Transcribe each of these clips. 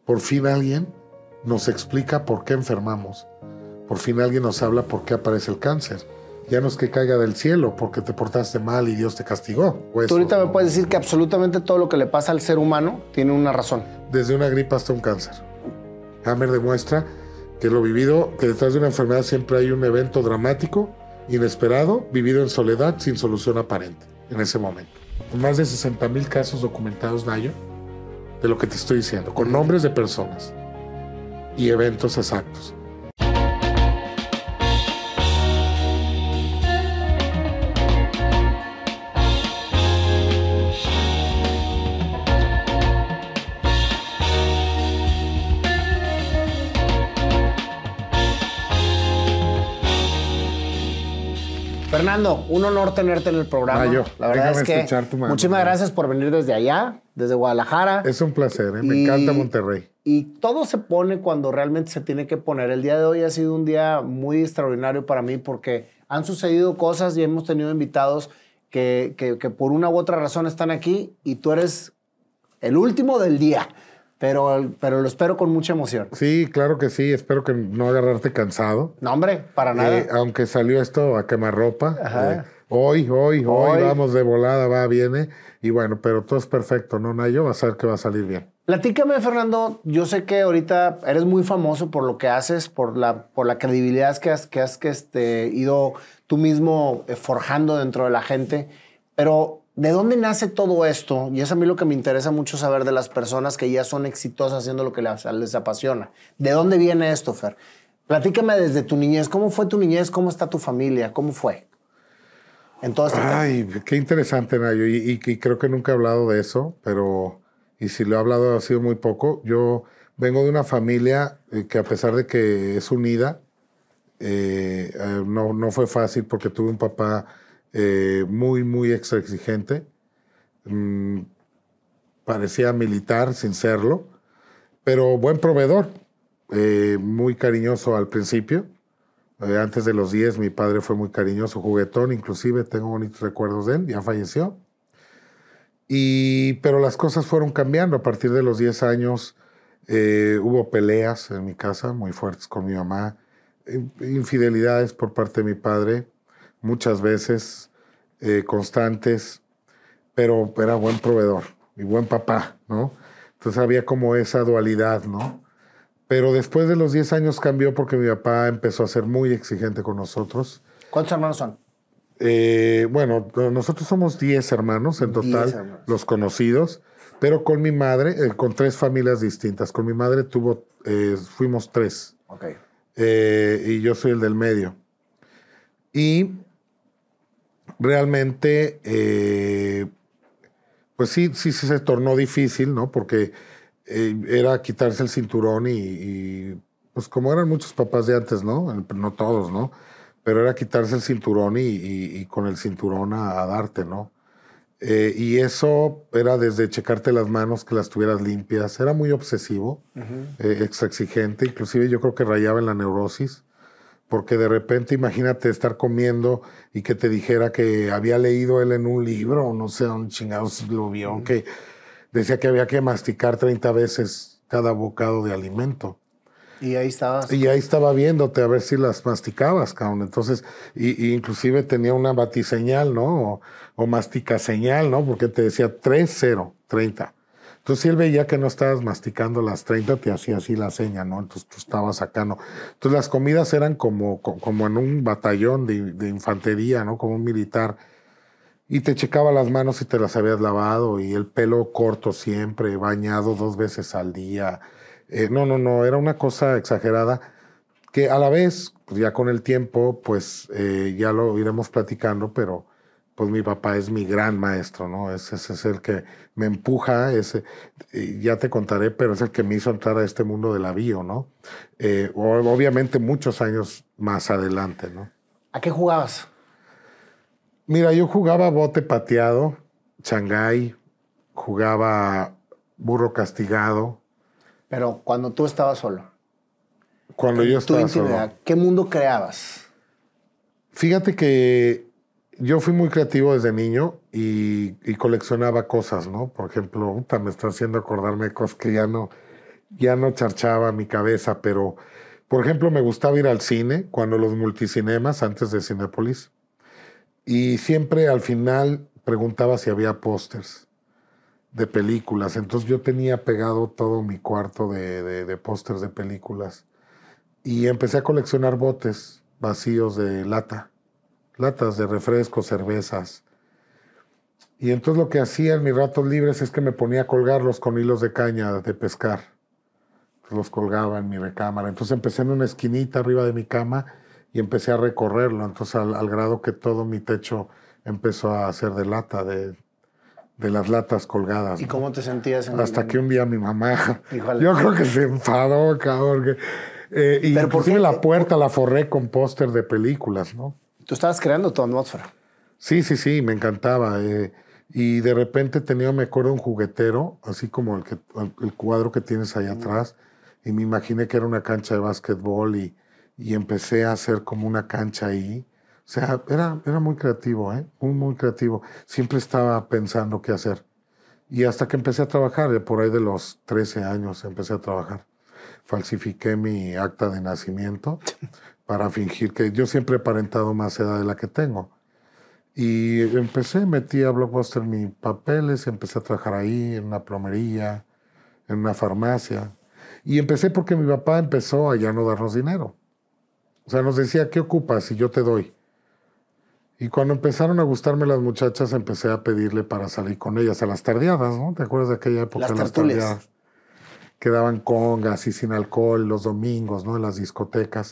Por fin alguien nos explica por qué enfermamos. Por fin alguien nos habla por qué aparece el cáncer. Ya no es que caiga del cielo porque te portaste mal y Dios te castigó. Tú ahorita me puedes decir que absolutamente todo lo que le pasa al ser humano tiene una razón. Desde una gripa hasta un cáncer. Hammer demuestra que lo vivido, que detrás de una enfermedad siempre hay un evento dramático, inesperado, vivido en soledad, sin solución aparente en ese momento. Con más de 60,000 casos documentados, Nayo, de lo que te estoy diciendo, con nombres de personas y eventos exactos. Fernando, un honor tenerte en el programa. La verdad es que muchísimas gracias por venir desde allá, desde Guadalajara. Es un placer, me encanta Monterrey. Y todo se pone cuando realmente se tiene que poner. El día de hoy ha sido un día muy extraordinario para mí porque han sucedido cosas y hemos tenido invitados que por una u otra razón están aquí y tú eres el último del día. Pero lo espero con mucha emoción. Sí, claro que sí. Espero que no agarrarte cansado. No, hombre, para nada. Aunque salió esto a quemarropa. Hoy, vamos de volada, viene. Y bueno, pero todo es perfecto, ¿no, Nayo? Vas a ver que va a salir bien. Platícame, Fernando. Yo sé que ahorita eres muy famoso por lo que haces, por la credibilidad que has ido tú mismo forjando dentro de la gente. Pero ¿de dónde nace todo esto? Y es a mí lo que me interesa mucho saber de las personas que ya son exitosas haciendo lo que les apasiona. ¿De dónde viene esto, Fer? Platícame desde tu niñez. ¿Cómo fue tu niñez? ¿Cómo está tu familia? ¿Cómo fue? En todo este tema. Qué interesante, Nayo. Y creo que nunca he hablado de eso, pero... Y si lo he hablado ha sido muy poco. Yo vengo de una familia que a pesar de que es unida, no fue fácil porque tuve un papá... muy, muy exigente. Parecía militar sin serlo, pero buen proveedor, muy cariñoso al principio. Antes de los 10 mi padre fue muy cariñoso, juguetón, inclusive tengo bonitos recuerdos de él, ya falleció. Pero las cosas fueron cambiando. A partir de los 10 años hubo peleas en mi casa muy fuertes con mi mamá, infidelidades por parte de mi padre, muchas veces, constantes, pero era buen proveedor y buen papá, ¿no? Entonces había como esa dualidad, ¿no? Pero después de los 10 años cambió porque mi papá empezó a ser muy exigente con nosotros. ¿Cuántos hermanos son? Bueno, nosotros somos 10 hermanos en total, los conocidos, pero con mi madre, con 3 familias distintas. Con mi madre fuimos 3. Okay. Y yo soy el del medio. Y realmente, pues sí se tornó difícil, ¿no? Porque era quitarse el cinturón y pues como eran muchos papás de antes, ¿no? No todos, ¿no? Pero era quitarse el cinturón y con el cinturón a darte, ¿no? Y eso era desde checarte las manos, que las tuvieras limpias. Era muy obsesivo, extra exigente. Inclusive yo creo que rayaba en la neurosis. Porque de repente, imagínate estar comiendo y que te dijera que había leído él en un libro, no sé dónde chingados lo vio, que decía que había que masticar 30 veces cada bocado de alimento. Y ahí estabas. Y ahí estaba viéndote a ver si las masticabas, cabrón. Entonces, inclusive tenía una batiseñal, ¿no? O masticaseñal, ¿no? Porque te decía 3-0, 30. Entonces, si él veía que no estabas masticando las 30, te hacía así la seña, ¿no? Entonces, tú estabas sacando. Entonces, las comidas eran como en un batallón de infantería, ¿no? Como un militar. Y te checaba las manos si te las habías lavado y el pelo corto siempre, bañado 2 veces al día. No, era una cosa exagerada que a la vez, pues ya con el tiempo, pues ya lo iremos platicando, pero pues mi papá es mi gran maestro, ¿no? Ese es el que me empuja, ya te contaré, pero es el que me hizo entrar a este mundo de la bio, ¿no? Obviamente muchos años más adelante, ¿no? ¿A qué jugabas? Mira, yo jugaba bote pateado, Shanghái, jugaba burro castigado. Pero cuando tú estabas solo. Cuando yo estaba solo. ¿Qué mundo creabas? Fíjate que yo fui muy creativo desde niño y coleccionaba cosas, ¿no? Por ejemplo, me está haciendo acordarme de cosas que ya no ya no charchaba mi cabeza, pero, por ejemplo, me gustaba ir al cine, cuando los multicinemas, antes de Cinépolis, y siempre al final preguntaba si había pósters de películas. Entonces yo tenía pegado todo mi cuarto de pósters de películas. Y empecé a coleccionar botes vacíos de latas de refrescos, cervezas. Y entonces lo que hacía en mis ratos libres es que me ponía a colgarlos con hilos de caña de pescar. Los colgaba en mi recámara. Entonces empecé en una esquinita arriba de mi cama y empecé a recorrerlo. Entonces al grado que todo mi techo empezó a hacer de lata, de las latas colgadas. ¿Y ¿no? cómo te sentías? Hasta que un día mi mamá, Híjole. yo creo que se enfadó, cabrón. Y ¿Pero por inclusive qué? la puerta la forré con póster de películas, ¿no? Tú estabas creando tu atmósfera. Sí, me encantaba. Y de repente tenía, me acuerdo, un juguetero, así como el cuadro que tienes ahí atrás, y me imaginé que era una cancha de básquetbol y empecé a hacer como una cancha ahí. O sea, era muy creativo, muy creativo. Siempre estaba pensando qué hacer. Y hasta que empecé a trabajar, por ahí de los 13 años empecé a trabajar. Falsifiqué mi acta de nacimiento para fingir que yo siempre he aparentado más edad de la que tengo. Y metí a Blockbuster mis papeles, empecé a trabajar ahí en una plomería, en una farmacia. Y empecé porque mi papá empezó a ya no darnos dinero. O sea, nos decía, ¿qué ocupas? Y yo te doy. Y cuando empezaron a gustarme las muchachas, empecé a pedirle para salir con ellas a las tardeadas, ¿no? ¿Te acuerdas de aquella época? Las tertulias. Que daban congas y sin alcohol los domingos, ¿no? En las discotecas.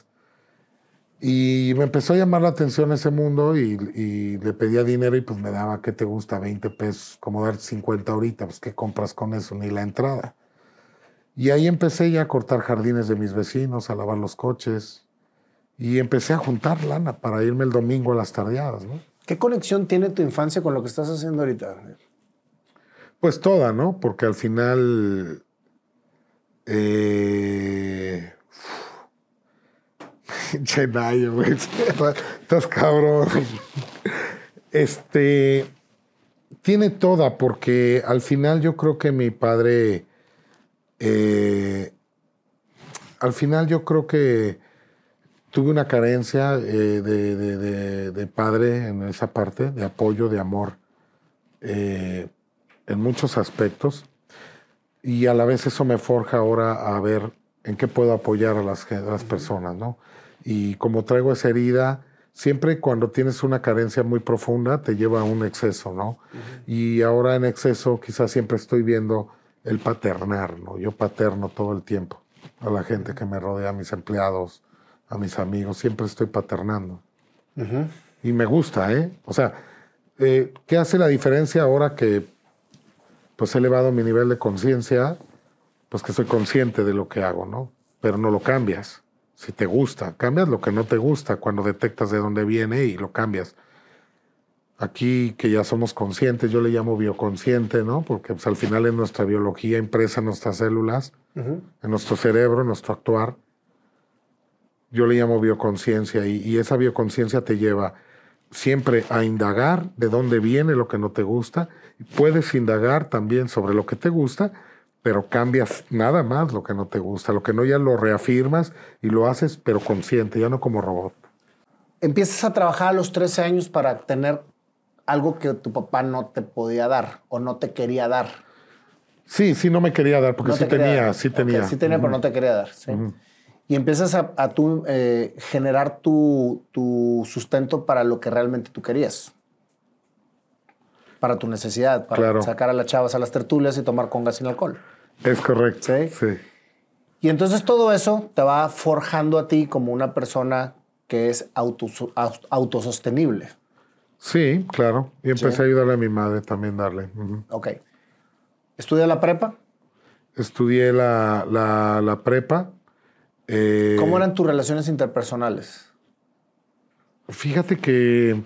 Y me empezó a llamar la atención ese mundo y le pedía dinero y pues me daba, ¿qué te gusta? 20 pesos, como dar 50 ahorita, pues ¿qué compras con eso? Ni la entrada. Y ahí empecé ya a cortar jardines de mis vecinos, a lavar los coches y empecé a juntar lana para irme el domingo a las tardeadas, ¿no? ¿Qué conexión tiene tu infancia con lo que estás haciendo ahorita? Pues toda, ¿no? Porque al final... Chenayo, güey. Estás cabrón. Tiene toda, porque al final yo creo que mi padre. Al final yo creo que tuve una carencia de padre en esa parte, de apoyo, de amor, en muchos aspectos. Y a la vez eso me forja ahora a ver en qué puedo apoyar a las personas, ¿no? Y como traigo esa herida, siempre cuando tienes una carencia muy profunda te lleva a un exceso, ¿no? Y ahora en exceso quizás siempre estoy viendo el paternar, ¿no? Yo paterno todo el tiempo a la gente que me rodea, a mis empleados, a mis amigos, siempre estoy paternando. Y me gusta, ¿eh? O sea, ¿qué hace la diferencia ahora que pues he elevado mi nivel de conciencia? Pues que soy consciente de lo que hago, ¿no? Pero no lo cambias. Si te gusta, cambias lo que no te gusta cuando detectas de dónde viene y lo cambias. Aquí que ya somos conscientes, yo le llamo bioconsciente, ¿no? Porque pues, al final es nuestra biología impresa en nuestras células, en nuestro cerebro, en nuestro actuar. Yo le llamo bioconciencia y esa bioconciencia te lleva siempre a indagar de dónde viene lo que no te gusta. Puedes indagar también sobre lo que te gusta, pero cambias nada más lo que no te gusta. Lo que no ya lo reafirmas y lo haces, pero consciente, ya no como robot. Empiezas a trabajar a los 13 años para tener algo que tu papá no te podía dar o no te quería dar. Sí, no me quería dar, porque No sí te quería tenía, dar. sí tenía. Okay, sí tenía, pero no te quería dar. ¿Sí? Y empiezas a tú generar tu sustento para lo que realmente tú querías. Para tu necesidad, para sacar a las chavas a las tertulias y tomar congas sin alcohol. Es correcto. ¿Sí? Y entonces todo eso te va forjando a ti como una persona que es autosostenible. Sí, claro. Y empecé a ayudarle a mi madre también, darle. Ok. ¿Estudias la prepa? Estudié la prepa. ¿Cómo eran tus relaciones interpersonales? Fíjate que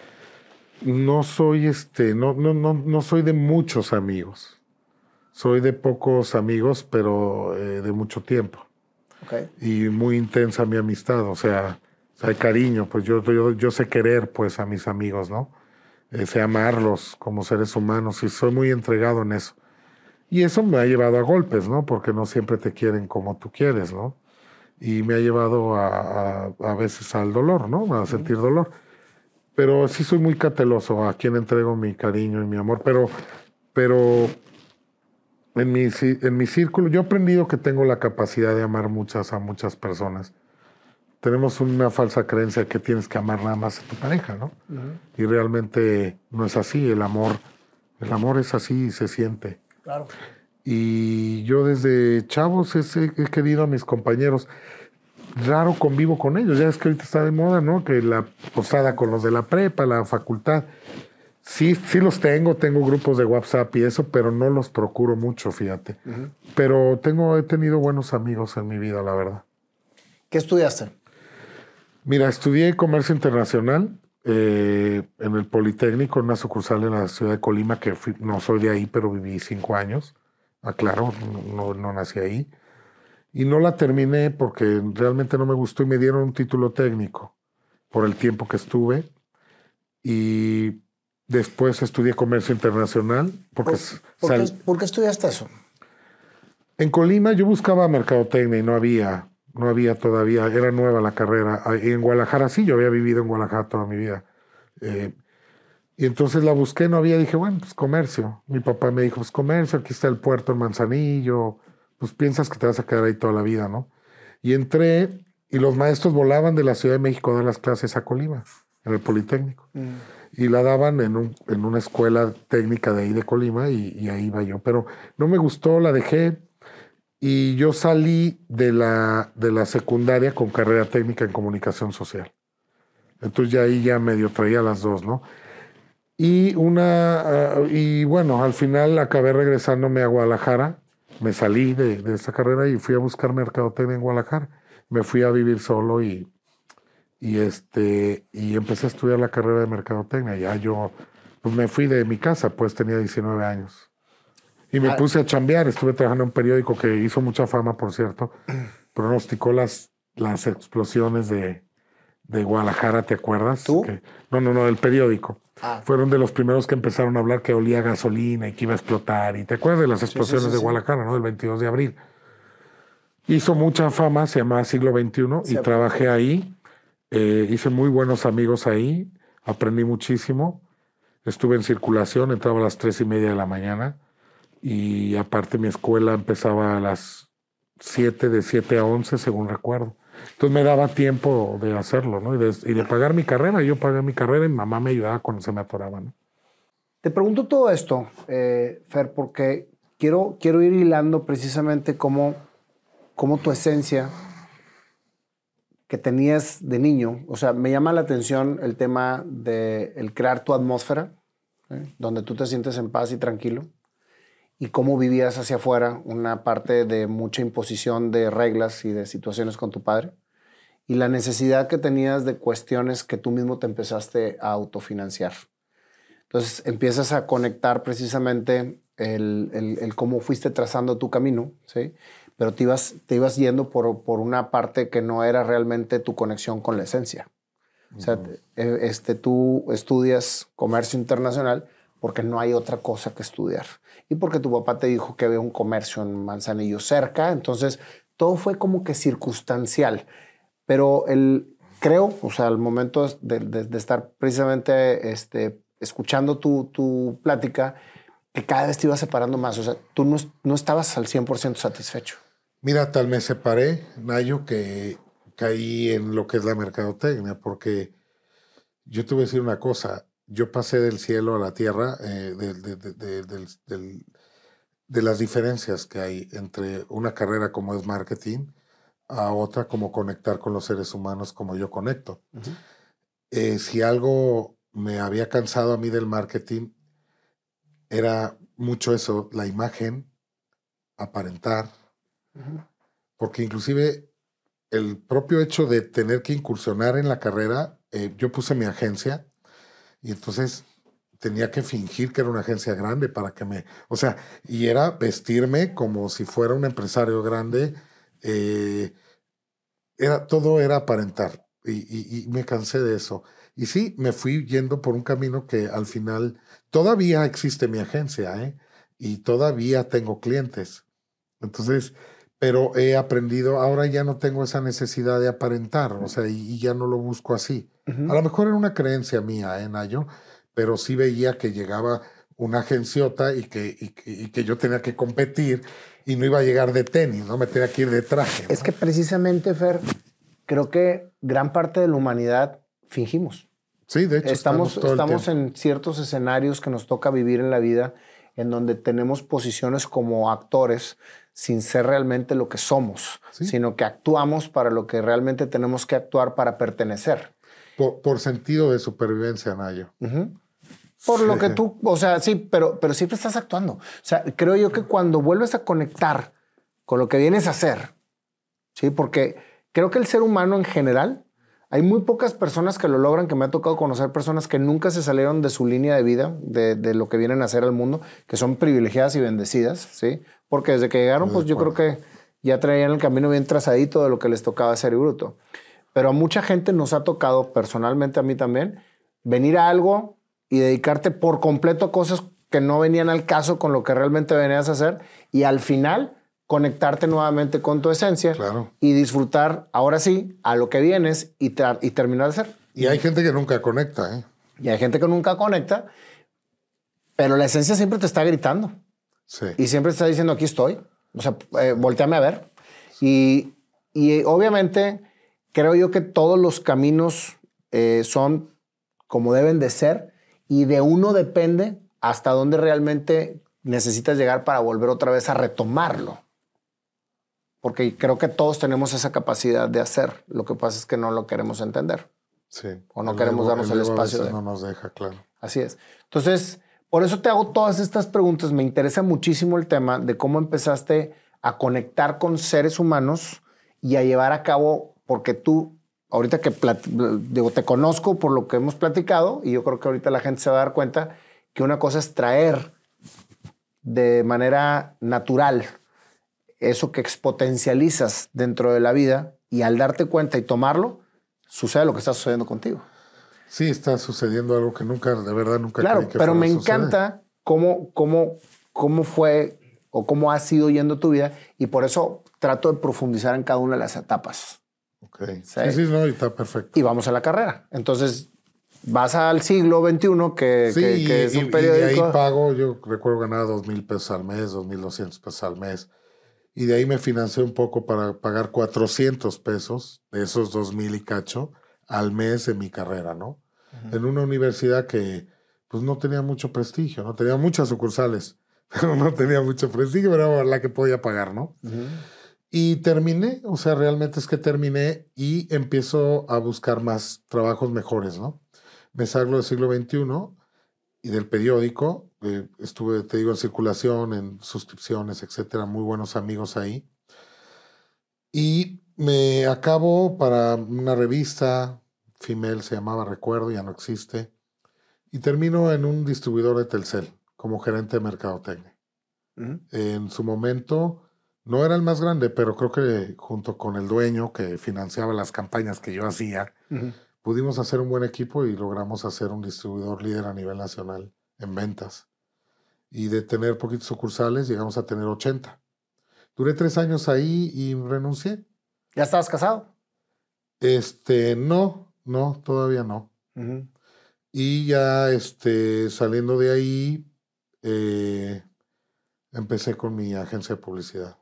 no soy no soy de muchos amigos. Soy de pocos amigos, pero de mucho tiempo. Okay. Y muy intensa mi amistad, o sea, hay cariño, pues yo sé querer pues a mis amigos, ¿no? Sé amarlos como seres humanos y soy muy entregado en eso. Y eso me ha llevado a golpes, ¿no? Porque no siempre te quieren como tú quieres, ¿no? Y me ha llevado a veces al dolor, ¿no? A sentir dolor. Pero sí soy muy cauteloso a quien entrego mi cariño y mi amor. Pero en mi círculo, yo he aprendido que tengo la capacidad de amar a muchas personas. Tenemos una falsa creencia que tienes que amar nada más a tu pareja, ¿no? Y realmente no es así. El amor es así y se siente. Claro. Y yo desde chavos he querido a mis compañeros. Raro convivo con ellos. Ya es que ahorita está de moda, ¿no? Que la posada con los de la prepa, la facultad. Sí, sí los tengo grupos de WhatsApp y eso, pero no los procuro mucho, fíjate. Pero he tenido buenos amigos en mi vida, la verdad. ¿Qué estudiaste? Mira, estudié comercio internacional en el Politécnico, en una sucursal en la ciudad de Colima, que no soy de ahí, pero viví 5 años. Aclaro, no nací ahí. Y no la terminé porque realmente no me gustó y me dieron un título técnico por el tiempo que estuve. Y después estudié comercio internacional. ¿Por qué estudiaste eso? En Colima yo buscaba mercadotecnia y no había todavía, era nueva la carrera. Y en Guadalajara sí, yo había vivido en Guadalajara toda mi vida. Y entonces la busqué, no había, dije, bueno, pues comercio. Mi papá me dijo, pues comercio, aquí está el puerto en Manzanillo, pues piensas que te vas a quedar ahí toda la vida, ¿no? Y entré y los maestros volaban de la Ciudad de México a dar las clases a Colima, en el Politécnico. Y la daban en una escuela técnica de ahí de Colima y ahí iba yo. Pero no me gustó, la dejé y yo salí de la secundaria con carrera técnica en comunicación social. Entonces ya ahí ya medio traía las dos, ¿no? Y bueno, al final acabé regresándome a Guadalajara. Me salí de esa carrera y fui a buscar mercadotecnia en Guadalajara. Me fui a vivir solo y empecé a estudiar la carrera de mercadotecnia. Ya yo pues me fui de mi casa, pues tenía 19 años. Y me puse a chambear. Estuve trabajando en un periódico que hizo mucha fama, por cierto. Pronosticó las explosiones de Guadalajara, ¿te acuerdas? ¿Tú? No, el periódico. Ah. Fueron de los primeros que empezaron a hablar que olía a gasolina y que iba a explotar. Y te acuerdas de las explosiones de Guadalajara, ¿no? Del 22 de abril. Hizo mucha fama, se llamaba Siglo XXI, y trabajé ahí. Hice muy buenos amigos ahí, aprendí muchísimo. Estuve en circulación, entraba a las 3:30 de la mañana. Y aparte mi escuela empezaba a las 7, de 7 a 11, según recuerdo. Entonces me daba tiempo de hacerlo, ¿no? Y de pagar mi carrera. Yo pagué mi carrera y mi mamá me ayudaba cuando se me atoraba, ¿no? Te pregunto todo esto, Fer, porque quiero ir hilando precisamente cómo tu esencia que tenías de niño, o sea, me llama la atención el tema de el crear tu atmósfera, donde tú te sientes en paz y tranquilo, y cómo vivías hacia afuera una parte de mucha imposición de reglas y de situaciones con tu padre, y la necesidad que tenías de cuestiones que tú mismo te empezaste a autofinanciar. Entonces empiezas a conectar precisamente el cómo fuiste trazando tu camino, ¿sí? Pero te ibas yendo por una parte que no era realmente tu conexión con la esencia. O sea, tú estudias comercio internacional porque no hay otra cosa que estudiar. Y porque tu papá te dijo que había un comercio en Manzanillo cerca. Entonces, todo fue como que circunstancial. Pero creo, o sea, al momento de estar precisamente escuchando tu plática, que cada vez te ibas separando más. O sea, tú no estabas al 100% satisfecho. Mira, tal me separé, Nayo, que caí en lo que es la mercadotecnia, porque yo te voy a decir una cosa, yo pasé del cielo a la tierra de las diferencias que hay entre una carrera como es marketing a otra como conectar con los seres humanos como yo conecto. Si algo me había cansado a mí del marketing, era mucho eso, la imagen, aparentar, porque inclusive el propio hecho de tener que incursionar en la carrera, yo puse mi agencia y entonces tenía que fingir que era una agencia grande para que o sea, y era vestirme como si fuera un empresario grande, todo era aparentar y me cansé de eso. Y sí, me fui yendo por un camino que al final todavía existe mi agencia, y todavía tengo clientes. Entonces, pero he aprendido, ahora ya no tengo esa necesidad de aparentar, o sea, y ya no lo busco así. A lo mejor era una creencia mía, Nayo, pero sí veía que llegaba una agenciota y que yo tenía que competir y no iba a llegar de tenis, ¿no? Me tenía que ir de traje, ¿no? Es que precisamente, Fer, creo que gran parte de la humanidad fingimos. Sí, de hecho, Estamos todo el tiempo. en ciertos escenarios que nos toca vivir en la vida en donde tenemos posiciones como actores sin ser realmente lo que somos, Sí. sino que actuamos para lo que realmente tenemos que actuar para pertenecer. Por sentido de supervivencia, Nayo. Por lo que tú, o sea, sí, pero siempre estás actuando. O sea, creo yo que cuando vuelves a conectar con lo que vienes a hacer, ¿sí? Porque creo que el ser humano en general, hay muy pocas personas que lo logran, que me ha tocado conocer personas que nunca se salieron de su línea de vida, de lo que vienen a hacer al mundo, que son privilegiadas y bendecidas, ¿sí? Porque desde que llegaron, pues yo creo que ya traían el camino bien trazadito de lo que les tocaba hacer y bruto. Pero a mucha gente nos ha tocado, personalmente a mí también, venir a algo y dedicarte por completo a cosas que no venían al caso con lo que realmente venías a hacer y al final conectarte nuevamente con tu esencia, claro, y disfrutar ahora sí a lo que vienes y terminar de hacer. Y hay gente que nunca conecta, ¿eh? Y hay gente que nunca conecta, pero la esencia siempre te está gritando. Sí. Y siempre te está diciendo, aquí estoy. O sea, volteame a ver. Y obviamente creo yo que todos los caminos son como deben de ser y de uno depende hasta dónde realmente necesitas llegar para volver otra vez a retomarlo. Porque creo que todos tenemos esa capacidad de hacer. Lo que pasa es que no lo queremos entender. Sí. O no queremos darnos el espacio de... No nos deja, claro. Así es. Entonces, por eso te hago todas estas preguntas. Me interesa muchísimo el tema de cómo empezaste a conectar con seres humanos y a llevar a cabo, porque tú, ahorita que digo, te conozco por lo que hemos platicado, y yo creo que ahorita la gente se va a dar cuenta que una cosa es traer de manera natural eso que exponencializas dentro de la vida, y al darte cuenta y tomarlo, sucede lo que está sucediendo contigo. Sí, está sucediendo algo que nunca, de verdad, nunca claro, creí que pero me fuera a suceder. encanta cómo fue o cómo ha sido yendo tu vida, y por eso trato de profundizar en cada una de las etapas. Ok. Sí, no, y está perfecto. Y vamos a la carrera. Entonces, vas al siglo XXI, que es un periódico. Y de ahí pago, yo recuerdo ganaba 2,000 pesos al mes, 2,200 pesos al mes. Y de ahí me financié un poco para pagar 400 pesos de esos 2,000 y cacho al mes de mi carrera, ¿no? En una universidad que pues no tenía mucho prestigio, ¿no? Tenía muchas sucursales, pero no tenía mucho prestigio, pero era la que podía pagar, ¿no? Y terminé, o sea, realmente es que terminé y empiezo a buscar más trabajos mejores, ¿no? Me salgo del siglo XXI y del periódico. Estuve, te digo, en circulación, en suscripciones, etcétera, muy buenos amigos ahí. Y me acabo para una revista, Female se llamaba, recuerdo, ya no existe, y termino en un distribuidor de Telcel como gerente de mercadotecnia. En su momento no era el más grande, pero creo que junto con el dueño que financiaba las campañas que yo hacía, pudimos hacer un buen equipo y logramos hacer un distribuidor líder a nivel nacional en ventas. Y de tener poquitos sucursales, llegamos a tener 80. Duré 3 años ahí y renuncié. ¿Ya estabas casado? No, todavía no. Y ya saliendo de ahí, empecé con mi agencia de publicidad.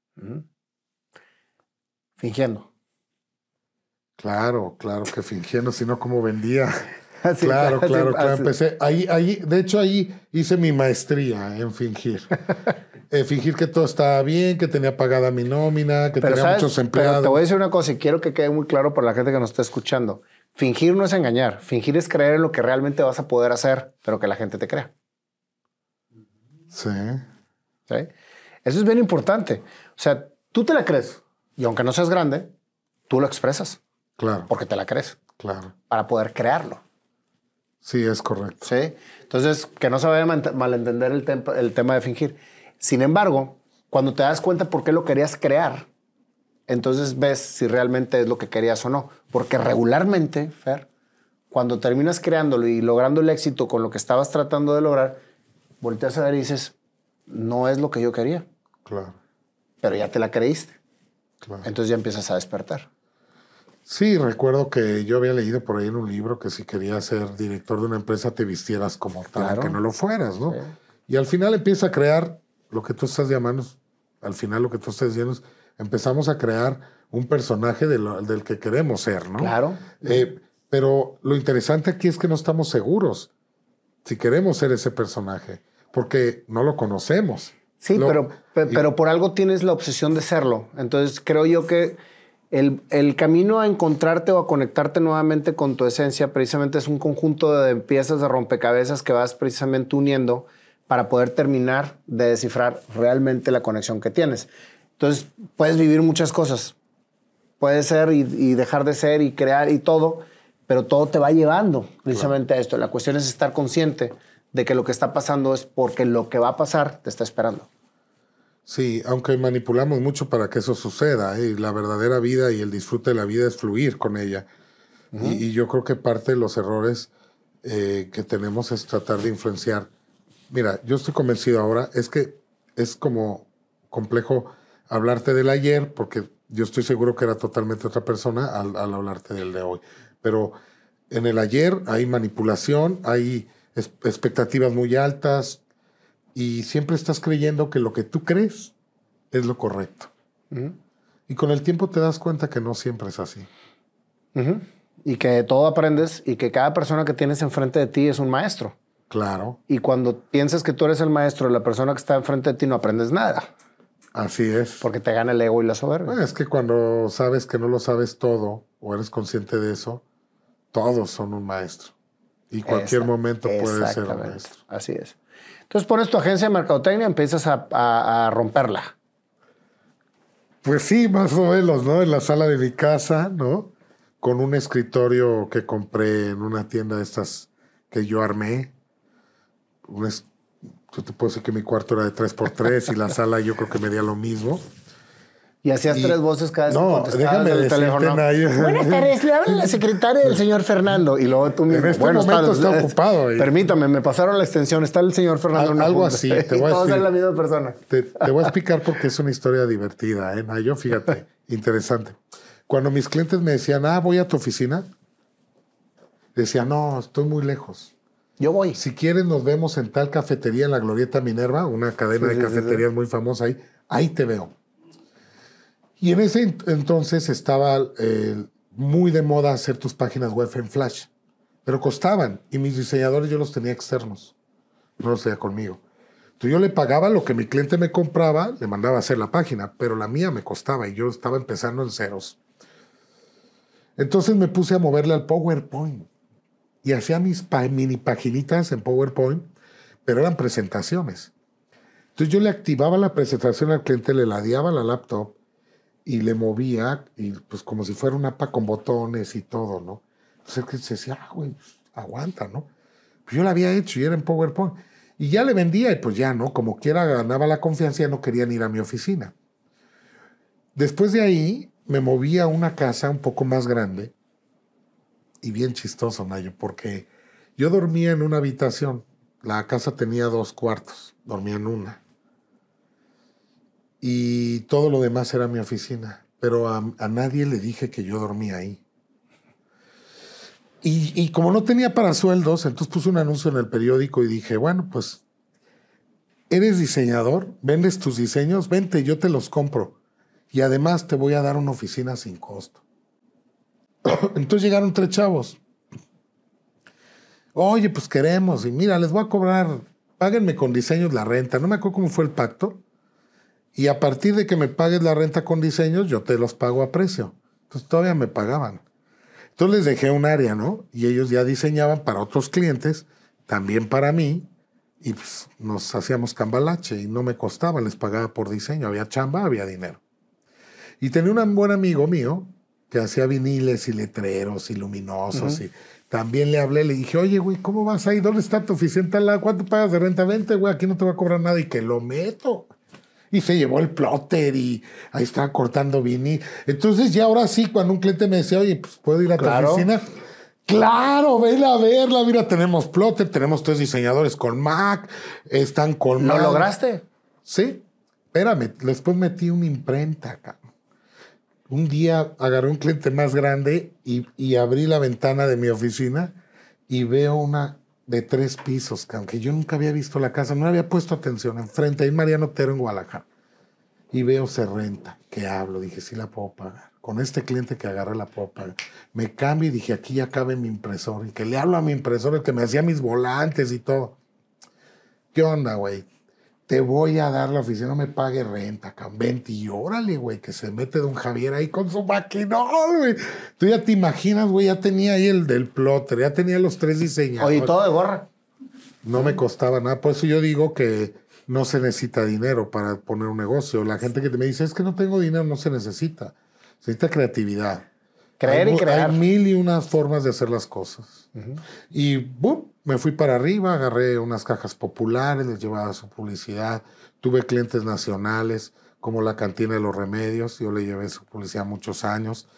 Fingiendo. Claro que fingiendo, sino como vendía. Sí, claro. Empecé. Ahí, de hecho, ahí hice mi maestría en fingir. Fingir que todo estaba bien, que tenía pagada mi nómina, que tenía muchos empleados. Pero te voy a decir una cosa y quiero que quede muy claro para la gente que nos está escuchando. Fingir no es engañar. Fingir es creer en lo que realmente vas a poder hacer, pero que la gente te crea. Sí. Eso es bien importante. O sea, tú te la crees y aunque no seas grande, tú lo expresas. Claro. Porque te la crees. Claro. Para poder crearlo. Sí, es correcto. ¿Sí? Entonces, que no se vaya a malentender el tema de fingir. Sin embargo, cuando te das cuenta por qué lo querías crear, entonces ves si realmente es lo que querías o no. Porque regularmente, Fer, cuando terminas creándolo y logrando el éxito con lo que estabas tratando de lograr, volteas a ver y dices, no es lo que yo quería. Claro. Pero ya te la creíste. Claro. Entonces ya empiezas a despertar. Sí, recuerdo que yo había leído por ahí en un libro que si querías ser director de una empresa te vistieras como tal, Claro. que no lo fueras, ¿no? Sí. Y al final empieza a crear lo que tú estás llamando, al final lo que tú estás diciendo es, empezamos a crear un personaje del que queremos ser, ¿no? Claro. Pero lo interesante aquí es que no estamos seguros si queremos ser ese personaje, porque no lo conocemos. Sí, pero por algo tienes la obsesión de serlo. Entonces creo yo que el camino a encontrarte o a conectarte nuevamente con tu esencia precisamente es un conjunto de piezas de rompecabezas que vas precisamente uniendo para poder terminar de descifrar realmente la conexión que tienes. Entonces puedes vivir muchas cosas. Puedes ser y dejar de ser y crear y todo, pero todo te va llevando precisamente a esto. La cuestión es estar consciente de que lo que está pasando es porque lo que va a pasar te está esperando. Sí, aunque manipulamos mucho para que eso suceda, ¿eh? La verdadera vida y el disfrute de la vida es fluir con ella. Y yo creo que parte de los errores que tenemos es tratar de influenciar. Mira, yo estoy convencido ahora, es que es como complejo hablarte del ayer, porque yo estoy seguro que era totalmente otra persona al hablarte del de hoy. Pero en el ayer hay manipulación, hay expectativas muy altas, y siempre estás creyendo que lo que tú crees es lo correcto. Y con el tiempo te das cuenta que no siempre es así. Y que de todo aprendes y que cada persona que tienes enfrente de ti es un maestro. Claro. Y cuando piensas que tú eres el maestro de la persona que está enfrente de ti, no aprendes nada. Así es. Porque te gana el ego y la soberbia. Bueno, es que cuando sabes que no lo sabes todo o eres consciente de eso, todos son un maestro. Y cualquier momento puede ser un maestro. Así es. Entonces pones tu agencia de mercadotecnia y empiezas a romperla. Pues sí, más o menos, ¿no? En la sala de mi casa, ¿no? Con un escritorio que compré en una tienda de estas que yo armé. Yo te puedo decir que mi cuarto era de 3x3 y la sala yo creo que medía lo mismo. Y hacías 3 voces cada vez que contestabas el teléfono. Buenas tardes, le habla la secretaria del señor Fernando. Y luego tú mismo. En este momento está ocupado. Permítame, me pasaron la extensión. Está el señor Fernando. Algo así. Te voy a todos son la misma persona. Te voy a explicar porque es una historia divertida, ¿eh? Nayo, fíjate, interesante. Cuando mis clientes me decían, voy a tu oficina, decía, no, estoy muy lejos. Yo voy. Si quieres, nos vemos en tal cafetería en la Glorieta Minerva, una cadena de cafeterías muy famosa ahí. Ahí te veo. Y en ese entonces estaba muy de moda hacer tus páginas web en Flash, pero costaban y mis diseñadores yo los tenía externos, no los tenía conmigo. Entonces yo le pagaba lo que mi cliente me compraba, le mandaba a hacer la página, pero la mía me costaba y yo estaba empezando en ceros. Entonces me puse a moverle al PowerPoint y hacía mis mini paginitas en PowerPoint, pero eran presentaciones. Entonces yo le activaba la presentación al cliente, le ladeaba la laptop y le movía, y pues como si fuera una app con botones y todo, ¿no? Entonces el cliente decía, güey, aguanta, ¿no? Pues yo la había hecho y era en PowerPoint. Y ya le vendía y pues ya, ¿no? Como quiera ganaba la confianza, ya no querían ir a mi oficina. Después de ahí me moví a una casa un poco más grande y bien chistoso, Nayo, porque yo dormía en una habitación. La casa tenía 2 cuartos, dormía en una. Y todo lo demás era mi oficina, pero a nadie le dije que yo dormía ahí. Y como no tenía para sueldos, entonces puse un anuncio en el periódico y dije, bueno, pues, ¿eres diseñador? ¿Vendes tus diseños? Vente, yo te los compro. Y además te voy a dar una oficina sin costo. Entonces llegaron 3 chavos. Oye, pues queremos, y mira, les voy a cobrar, páguenme con diseños la renta. No me acuerdo cómo fue el pacto. Y a partir de que me pagues la renta con diseños, yo te los pago a precio. Entonces todavía me pagaban. Entonces les dejé un área, ¿no? Y ellos ya diseñaban para otros clientes, también para mí, y pues nos hacíamos cambalache y no me costaba, les pagaba por diseño. Había chamba, había dinero. Y tenía un buen amigo mío que hacía viniles y letreros y luminosos. Y también le hablé, le dije, oye, güey, ¿cómo vas ahí? ¿Dónde está tu oficina? ¿Cuánto pagas de renta? Vente, güey, aquí no te va a cobrar nada. Y que lo meto. Y se llevó el plotter y ahí estaba cortando vinil. Entonces ya ahora sí, cuando un cliente me decía, oye, pues ¿puedo ir a tu oficina? Claro, ven a verla. Mira, tenemos plotter, tenemos 3 diseñadores con Mac, están con ¿Lo Mac. lograste? Sí, espérame, después metí una imprenta, cabrón. Un día agarré un cliente más grande y abrí la ventana de mi oficina y veo una de 3 pisos, cabrón, que yo nunca había visto la casa, no había puesto atención, enfrente, ahí en Mariano Otero, en Guadalajara. Y veo se renta, que hablo, dije, sí la puedo pagar. Con este cliente que agarré la puedo pagar. Me cambio y dije, aquí ya cabe mi impresor. Y que le hablo a mi impresor, el que me hacía mis volantes y todo. ¿Qué onda, güey? Te voy a dar la oficina, no me pague renta, cabrón. Vente y órale, güey, que se mete don Javier ahí con su maquinón, güey. Tú ya te imaginas, güey, ya tenía ahí el del plotter, ya tenía los 3 diseñados. Oye, todo de gorra. No me costaba nada. Por eso yo digo que no se necesita dinero para poner un negocio. La gente que me dice, es que no tengo dinero, no se necesita. Se necesita creatividad. Creer y crear. Hay 1001 formas de hacer las cosas. Y ¡bum! Me fui para arriba, agarré unas cajas populares, les llevaba su publicidad. Tuve clientes nacionales, como la Cantina de los Remedios. Yo le llevé su publicidad muchos años.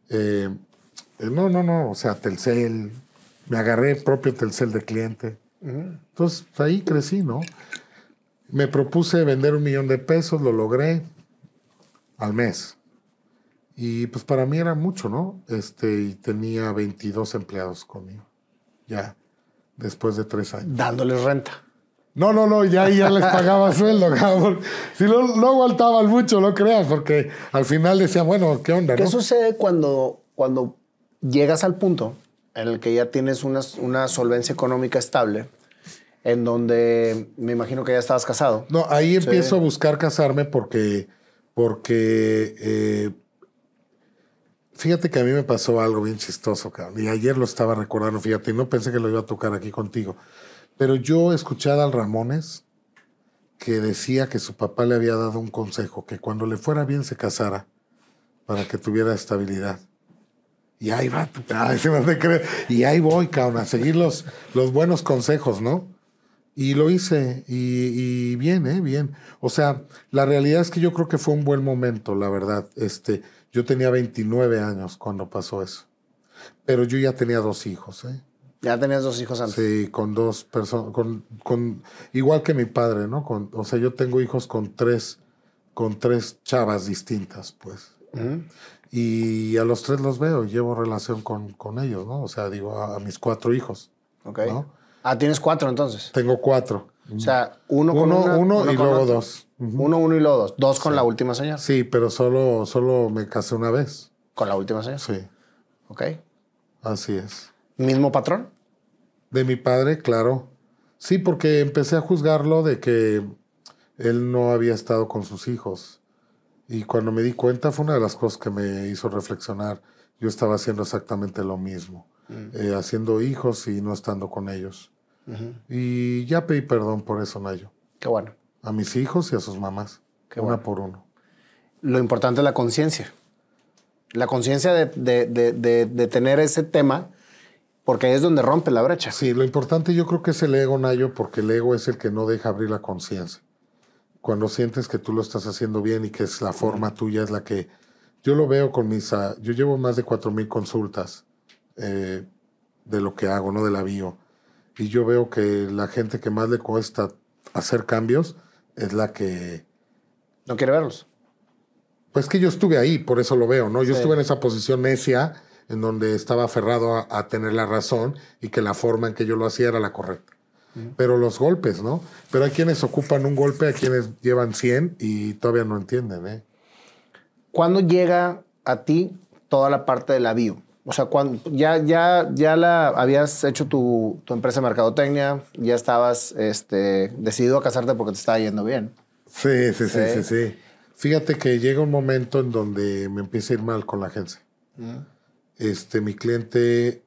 No. O sea, Telcel. Me agarré propio Telcel de cliente. Entonces, ahí crecí, ¿no? Me propuse vender $1,000,000, lo logré al mes. Y pues para mí era mucho, ¿no? Y tenía 22 empleados conmigo. Ya, después de 3 años. Dándoles renta. No, ya les pagaba sueldo, cabrón. Si no aguantaban mucho, no creas, porque al final decían, bueno, ¿qué onda, ¿Qué no? sucede cuando llegas al punto en el que ya tienes una solvencia económica estable, en donde me imagino que ya estabas casado? No, ahí empiezo a buscar casarme porque fíjate que a mí me pasó algo bien chistoso, cabrón. Y ayer lo estaba recordando, fíjate, y no pensé que lo iba a tocar aquí contigo. Pero yo escuché a Adal Ramones que decía que su papá le había dado un consejo, que cuando le fuera bien se casara para que tuviera estabilidad. Y ahí va, no te crees. Y ahí voy, cabrón, a seguir los buenos consejos, ¿no? Y lo hice, y bien, bien. O sea, la realidad es que yo creo que fue un buen momento, la verdad. Yo tenía 29 años cuando pasó eso. Pero yo ya tenía 2 hijos, ¿eh? Ya tenías 2 hijos antes. Sí, con 2 personas, igual que mi padre, ¿no? O sea, yo tengo hijos con tres chavas distintas, pues. Y a los 3 los veo, llevo relación con ellos, ¿no? O sea, digo, a mis 4 hijos. Ok. ¿No? Ah, tienes 4 entonces. Tengo 4. O sea, uno con una, uno y con luego otro. 2. Uno y luego 2. 2 con la última señora. Sí, pero solo me casé una vez. Con la última señora. Sí, Ok. así es. ¿Mismo patrón? De mi padre, claro. Sí, porque empecé a juzgarlo de que él no había estado con sus hijos. Y cuando me di cuenta fue una de las cosas que me hizo reflexionar. Yo estaba haciendo exactamente lo mismo. Haciendo hijos y no estando con ellos. Y ya pedí perdón por eso, Nayo. Qué bueno. A mis hijos y a sus mamás. Qué una bueno. por uno. Lo importante es la conciencia. La conciencia de tener ese tema, porque ahí es donde rompe la brecha. Sí, lo importante yo creo que es el ego, Nayo, porque el ego es el que no deja abrir la conciencia. Cuando sientes que tú lo estás haciendo bien y que es la forma tuya, es la que... Yo lo veo con yo llevo más de 4,000 consultas de lo que hago, ¿no? De la bio. Y yo veo que la gente que más le cuesta hacer cambios es la que... No quiere verlos. Pues que yo estuve ahí, por eso lo veo, ¿no? Yo Sí. estuve en esa posición necia, en donde estaba aferrado a tener la razón y que la forma en que yo lo hacía era la correcta. Pero los golpes, ¿no? Pero hay quienes ocupan un golpe, hay quienes llevan 100 y todavía no entienden, ¿eh? ¿Cuándo llega a ti toda la parte de la bio? O sea, cuando ya habías hecho tu empresa de mercadotecnia, ya estabas decidido a casarte porque te estaba yendo bien. Sí. Fíjate que llega un momento en donde me empieza a ir mal con la agencia. Mi cliente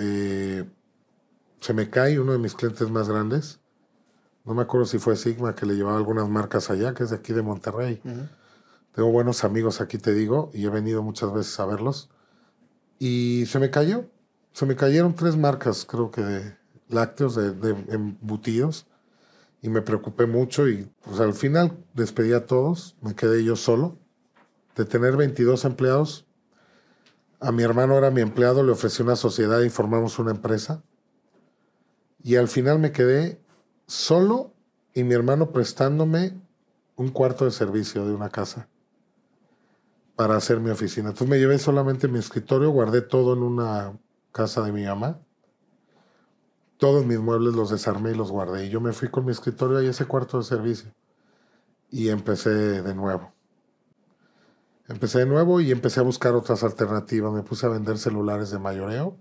se me cae, uno de mis clientes más grandes. No me acuerdo si fue Sigma, que le llevaba algunas marcas allá, que es de aquí de Monterrey. Tengo buenos amigos aquí, te digo, y he venido muchas veces a verlos. Y se me cayó. Se me cayeron 3 marcas, creo que de lácteos, de embutidos. Y me preocupé mucho y pues al final despedí a todos. Me quedé yo solo. De tener 22 empleados, a mi hermano era mi empleado, le ofrecí una sociedad y formamos una empresa. Y al final me quedé solo y mi hermano prestándome un cuarto de servicio de una casa para hacer mi oficina. Entonces me llevé solamente mi escritorio, guardé todo en una casa de mi mamá. Todos mis muebles los desarmé y los guardé. Y yo me fui con mi escritorio a ese cuarto de servicio. Y empecé de nuevo. Empecé de nuevo y empecé a buscar otras alternativas. Me puse a vender celulares de mayoreo.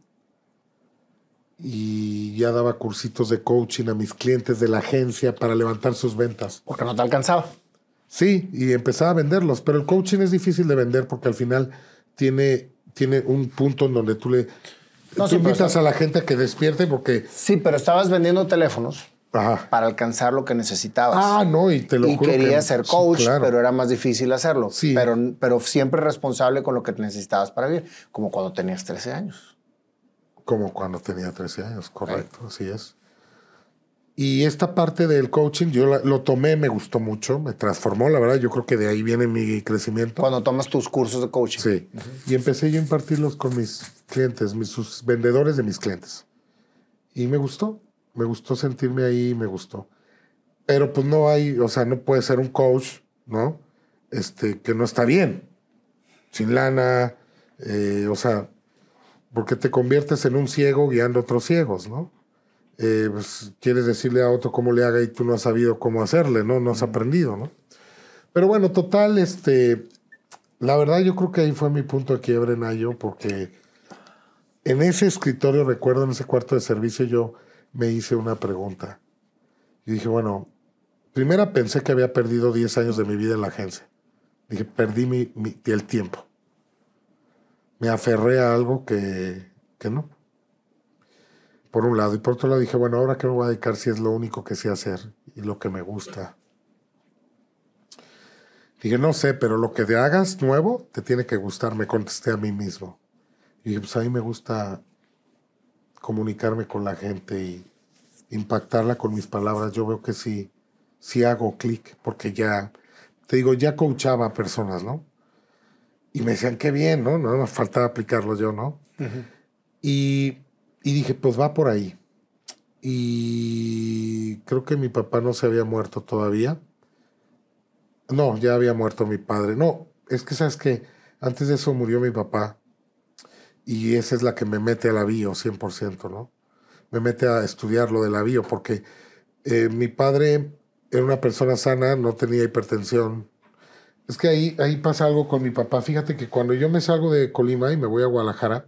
Y ya daba cursitos de coaching a mis clientes de la agencia para levantar sus ventas. Porque no te alcanzaba. Sí, y empezaba a venderlos. Pero el coaching es difícil de vender porque al final tiene un punto en donde tú invitas a la gente a que despierte porque... Sí, pero estabas vendiendo teléfonos. Ajá. Para alcanzar lo que necesitabas. Ah, no, y te lo juro que... Y querías ser coach, sí, claro. pero era más difícil hacerlo. Sí. Pero siempre responsable con lo que necesitabas para vivir, como cuando tenías 13 años. Como cuando tenía 13 años, correcto, así es. Y esta parte del coaching yo lo tomé, me gustó mucho, me transformó, la verdad, yo creo que de ahí viene mi crecimiento. Cuando tomas tus cursos de coaching. Sí, y empecé yo a impartirlos con mis clientes, sus vendedores de mis clientes. Y me gustó sentirme ahí, me gustó. Pero pues no hay, o sea, no puede ser un coach, ¿no? Que no está bien, sin lana, o sea, porque te conviertes en un ciego guiando a otros ciegos, ¿no? Pues quieres decirle a otro cómo le haga y tú no has sabido cómo hacerle, ¿no? No has aprendido, ¿no? Pero bueno, total, la verdad yo creo que ahí fue mi punto de quiebre, Nayo, porque en ese escritorio, recuerdo, en ese cuarto de servicio, yo me hice una pregunta. Y dije, bueno, primero pensé que había perdido 10 años de mi vida en la agencia. Dije, perdí el tiempo. Me aferré a algo que no. Por un lado. Y por otro lado dije, bueno, ¿ahora qué me voy a dedicar si es lo único que sé hacer y lo que me gusta? Dije, no sé, pero lo que te hagas nuevo te tiene que gustar, me contesté a mí mismo. Y dije, pues a mí me gusta comunicarme con la gente y impactarla con mis palabras. Yo veo que sí hago clic, porque ya, te digo, ya coachaba a personas, ¿no? Y me decían, qué bien, ¿no? No me faltaba aplicarlo yo, ¿no? Uh-huh. Y dije, pues va por ahí. Y creo que mi papá no se había muerto todavía. No, ya había muerto mi padre. No, es que sabes que antes de eso murió mi papá. Y esa es la que me mete a la bio 100%, ¿no? Me mete a estudiar lo de la bio porque mi padre era una persona sana, no tenía hipertensión. Es que ahí pasa algo con mi papá. Fíjate que cuando yo me salgo de Colima y me voy a Guadalajara,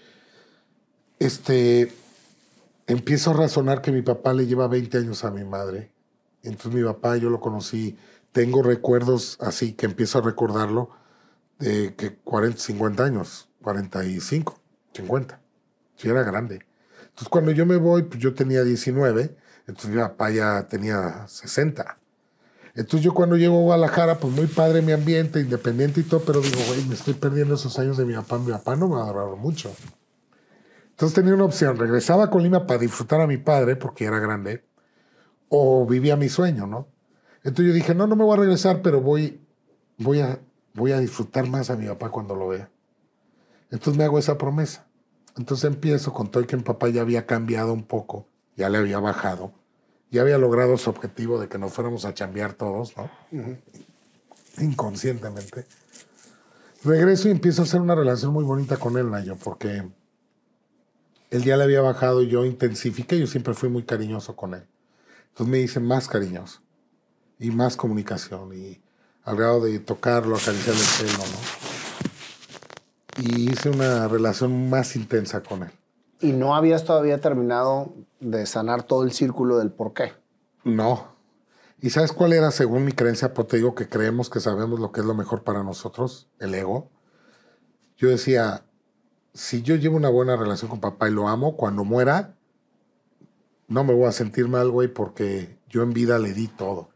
empiezo a razonar que mi papá le lleva 20 años a mi madre. Entonces mi papá, yo lo conocí, tengo recuerdos así, que empiezo a recordarlo, de que 40, 50 años, 45, 50. Sí, era grande. Entonces cuando yo me voy, pues yo tenía 19, entonces mi papá ya tenía 60. Entonces yo cuando llego a Guadalajara, pues muy padre mi ambiente, independiente y todo, pero digo, güey, me estoy perdiendo esos años de mi papá no me va a durar mucho. Entonces tenía una opción, regresaba a Colima para disfrutar a mi padre, porque era grande, o vivía mi sueño, ¿no? Entonces yo dije, no me voy a regresar, pero voy a disfrutar más a mi papá cuando lo vea. Entonces me hago esa promesa. Entonces empiezo con todo y que mi papá ya había cambiado un poco, ya le había bajado, ya había logrado su objetivo de que nos fuéramos a chambear todos, ¿no? Uh-huh. Inconscientemente. Regreso y empiezo a hacer una relación muy bonita con él, Nayo, porque él ya le había bajado y yo intensifiqué, yo siempre fui muy cariñoso con él. Entonces me hice más cariñoso y más comunicación y al grado de tocarlo, acariciarle el pelo, ¿no? Y hice una relación más intensa con él. ¿Y no habías todavía terminado de sanar todo el círculo del por qué? No. ¿Y sabes cuál era, según mi creencia? Pues te digo que creemos que sabemos lo que es lo mejor para nosotros, el ego. Yo decía, si yo llevo una buena relación con papá y lo amo, cuando muera, no me voy a sentir mal, güey, porque yo en vida le di todo.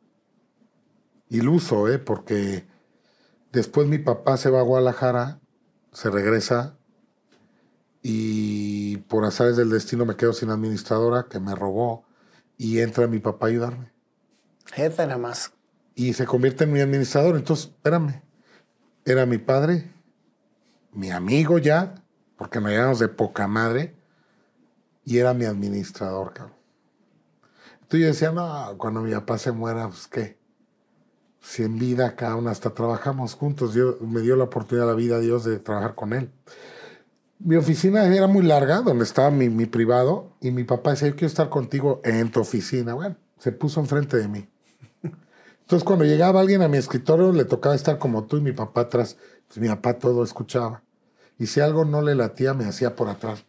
Iluso, porque después mi papá se va a Guadalajara, se regresa y por azares del destino me quedo sin administradora, que me robó, y entra mi papá a ayudarme. Jefe nada más. Y se convierte en mi administrador. Entonces, espérame, era mi padre, mi amigo ya, porque nos llevamos de poca madre, y era mi administrador, cabrón. Entonces yo decía, no, cuando mi papá se muera, pues, ¿qué? si en vida, cabrón, hasta trabajamos juntos. Me dio la oportunidad la vida, Dios, de trabajar con él. Mi oficina era muy larga, donde estaba mi privado, y mi papá decía, yo quiero estar contigo en tu oficina. Bueno, se puso enfrente de mí. Entonces, cuando llegaba alguien a mi escritorio, le tocaba estar como tú y mi papá atrás. Pues mi papá todo escuchaba. Y si algo no le latía, me hacía por atrás.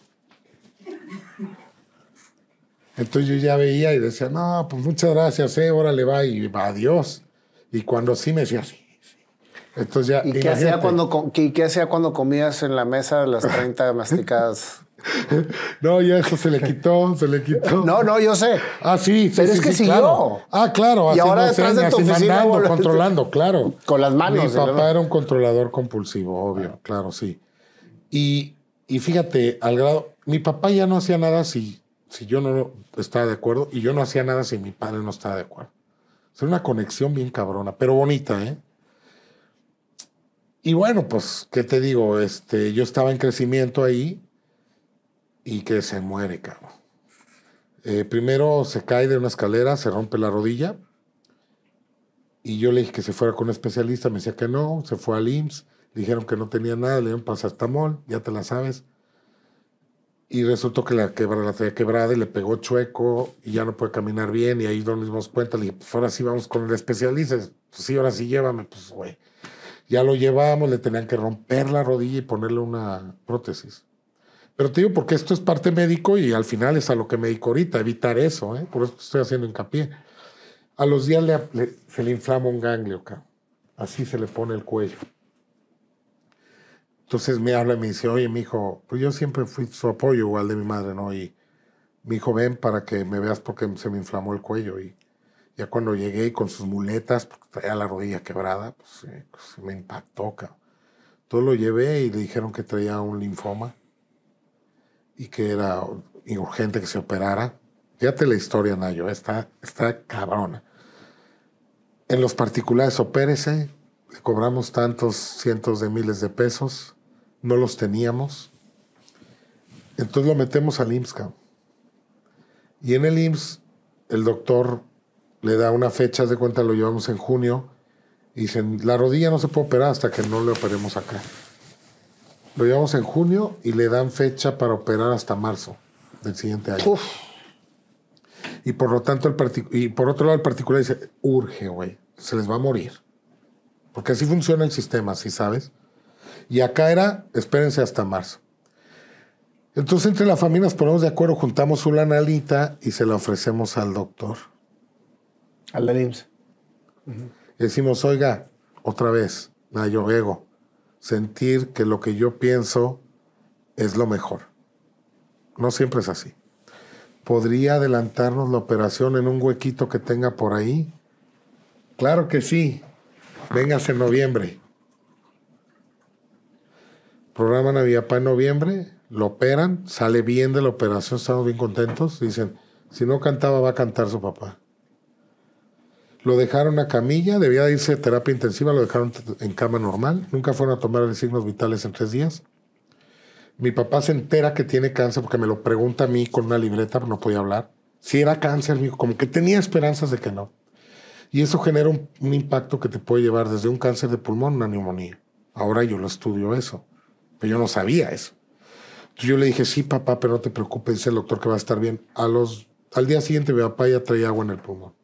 Entonces yo ya veía y decía, no, pues muchas gracias, órale, va, y va, adiós. Y cuando sí me decía, sí. Entonces ya, ¿Y qué hacía cuando comías en la mesa las 30 masticadas? No, ya eso se le quitó. No, yo sé. Ah, sí. Pero es que siguió. Claro. Ah, claro. Y así ahora detrás de tu oficina, controlando, claro. Con las manos. Mi papá era un controlador compulsivo, obvio, claro, sí. Y fíjate, al grado, mi papá ya no hacía nada si yo no estaba de acuerdo, y yo no hacía nada si mi padre no estaba de acuerdo. Era una conexión bien cabrona, pero bonita, ¿eh? Y bueno, pues, ¿qué te digo? Yo estaba en crecimiento ahí y que se muere, cabrón. Primero se cae de una escalera, se rompe la rodilla, y yo le dije que se fuera con un especialista, me decía que no, se fue al IMSS, dijeron que no tenía nada, le dieron paracetamol, ya te la sabes. Y resultó que la traía quebrada y le pegó chueco y ya no puede caminar bien, y ahí nos dimos cuenta. Le dije, pues ahora sí vamos con el especialista. Pues sí, ahora sí llévame, pues güey. Ya lo llevamos, le tenían que romper la rodilla y ponerle una prótesis. Pero te digo, porque esto es parte médico y al final es a lo que me dedico ahorita, evitar eso, ¿eh? Por eso estoy haciendo hincapié. A los días se le inflama un ganglio, cabrón. Así se le pone el cuello. Entonces me habla y me dice, oye, mijo, pues yo siempre fui su apoyo, igual de mi madre, ¿no? Y mi hijo, ven para que me veas porque se me inflamó el cuello. Y ya cuando llegué y con sus muletas, porque traía la rodilla quebrada, pues me impactó, cabrón. Entonces lo llevé y le dijeron que traía un linfoma y que era urgente que se operara. Fíjate la historia, Nayo, está cabrona. En los particulares, opérese, le cobramos tantos cientos de miles de pesos, no los teníamos. Entonces lo metemos al IMSS, cabrón. Y en el IMSS, el doctor le da una fecha, de cuenta, lo llevamos en junio, y dicen, la rodilla no se puede operar hasta que no le operemos acá. Lo llevamos en junio y le dan fecha para operar hasta marzo del siguiente año. Uf. Y por lo tanto, por otro lado, el particular dice, urge, güey, se les va a morir. Porque así funciona el sistema, ¿sí sabes? Y acá era, espérense hasta marzo. Entonces, entre la familia nos ponemos de acuerdo, juntamos una lanita y se la ofrecemos al doctor. Al del IMSS. Y decimos, oiga, otra vez, Nayo, ego, sentir que lo que yo pienso es lo mejor. No siempre es así. ¿Podría adelantarnos la operación en un huequito que tenga por ahí? Claro que sí. Véngase en noviembre. Programan a mi papá en noviembre, lo operan, sale bien de la operación, estamos bien contentos. Dicen, si no cantaba, va a cantar su papá. Lo dejaron a camilla, debía irse a terapia intensiva, lo dejaron en cama normal. Nunca fueron a tomar signos vitales en 3 días. Mi papá se entera que tiene cáncer porque me lo pregunta a mí con una libreta, pero no podía hablar. Si era cáncer, como que tenía esperanzas de que no. Y eso genera un impacto que te puede llevar desde un cáncer de pulmón a una neumonía. Ahora yo lo estudio eso, pero yo no sabía eso. Entonces yo le dije, sí, papá, pero no te preocupes, dice el doctor que va a estar bien. Al día siguiente mi papá ya traía agua en el pulmón.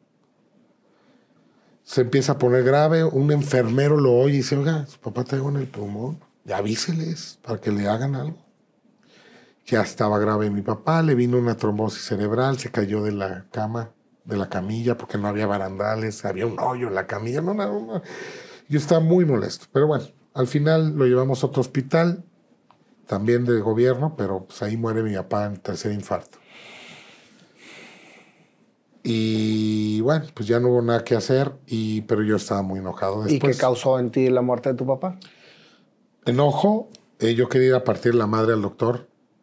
Se empieza a poner grave, un enfermero lo oye y dice, oiga, su papá trae agua en el pulmón, ya avíseles para que le hagan algo. Ya estaba grave mi papá, le vino una trombosis cerebral, se cayó de la cama, de la camilla, porque no había barandales, había un hoyo en la camilla. No. Yo estaba muy molesto, pero bueno, al final lo llevamos a otro hospital, también de gobierno, pero pues ahí muere mi papá en 3er infarto. Y bueno, pues ya no hubo nada que hacer, pero yo estaba muy enojado después. ¿Y qué causó en ti la muerte de tu papá? Enojo, yo quería ir a partir la madre al doctor,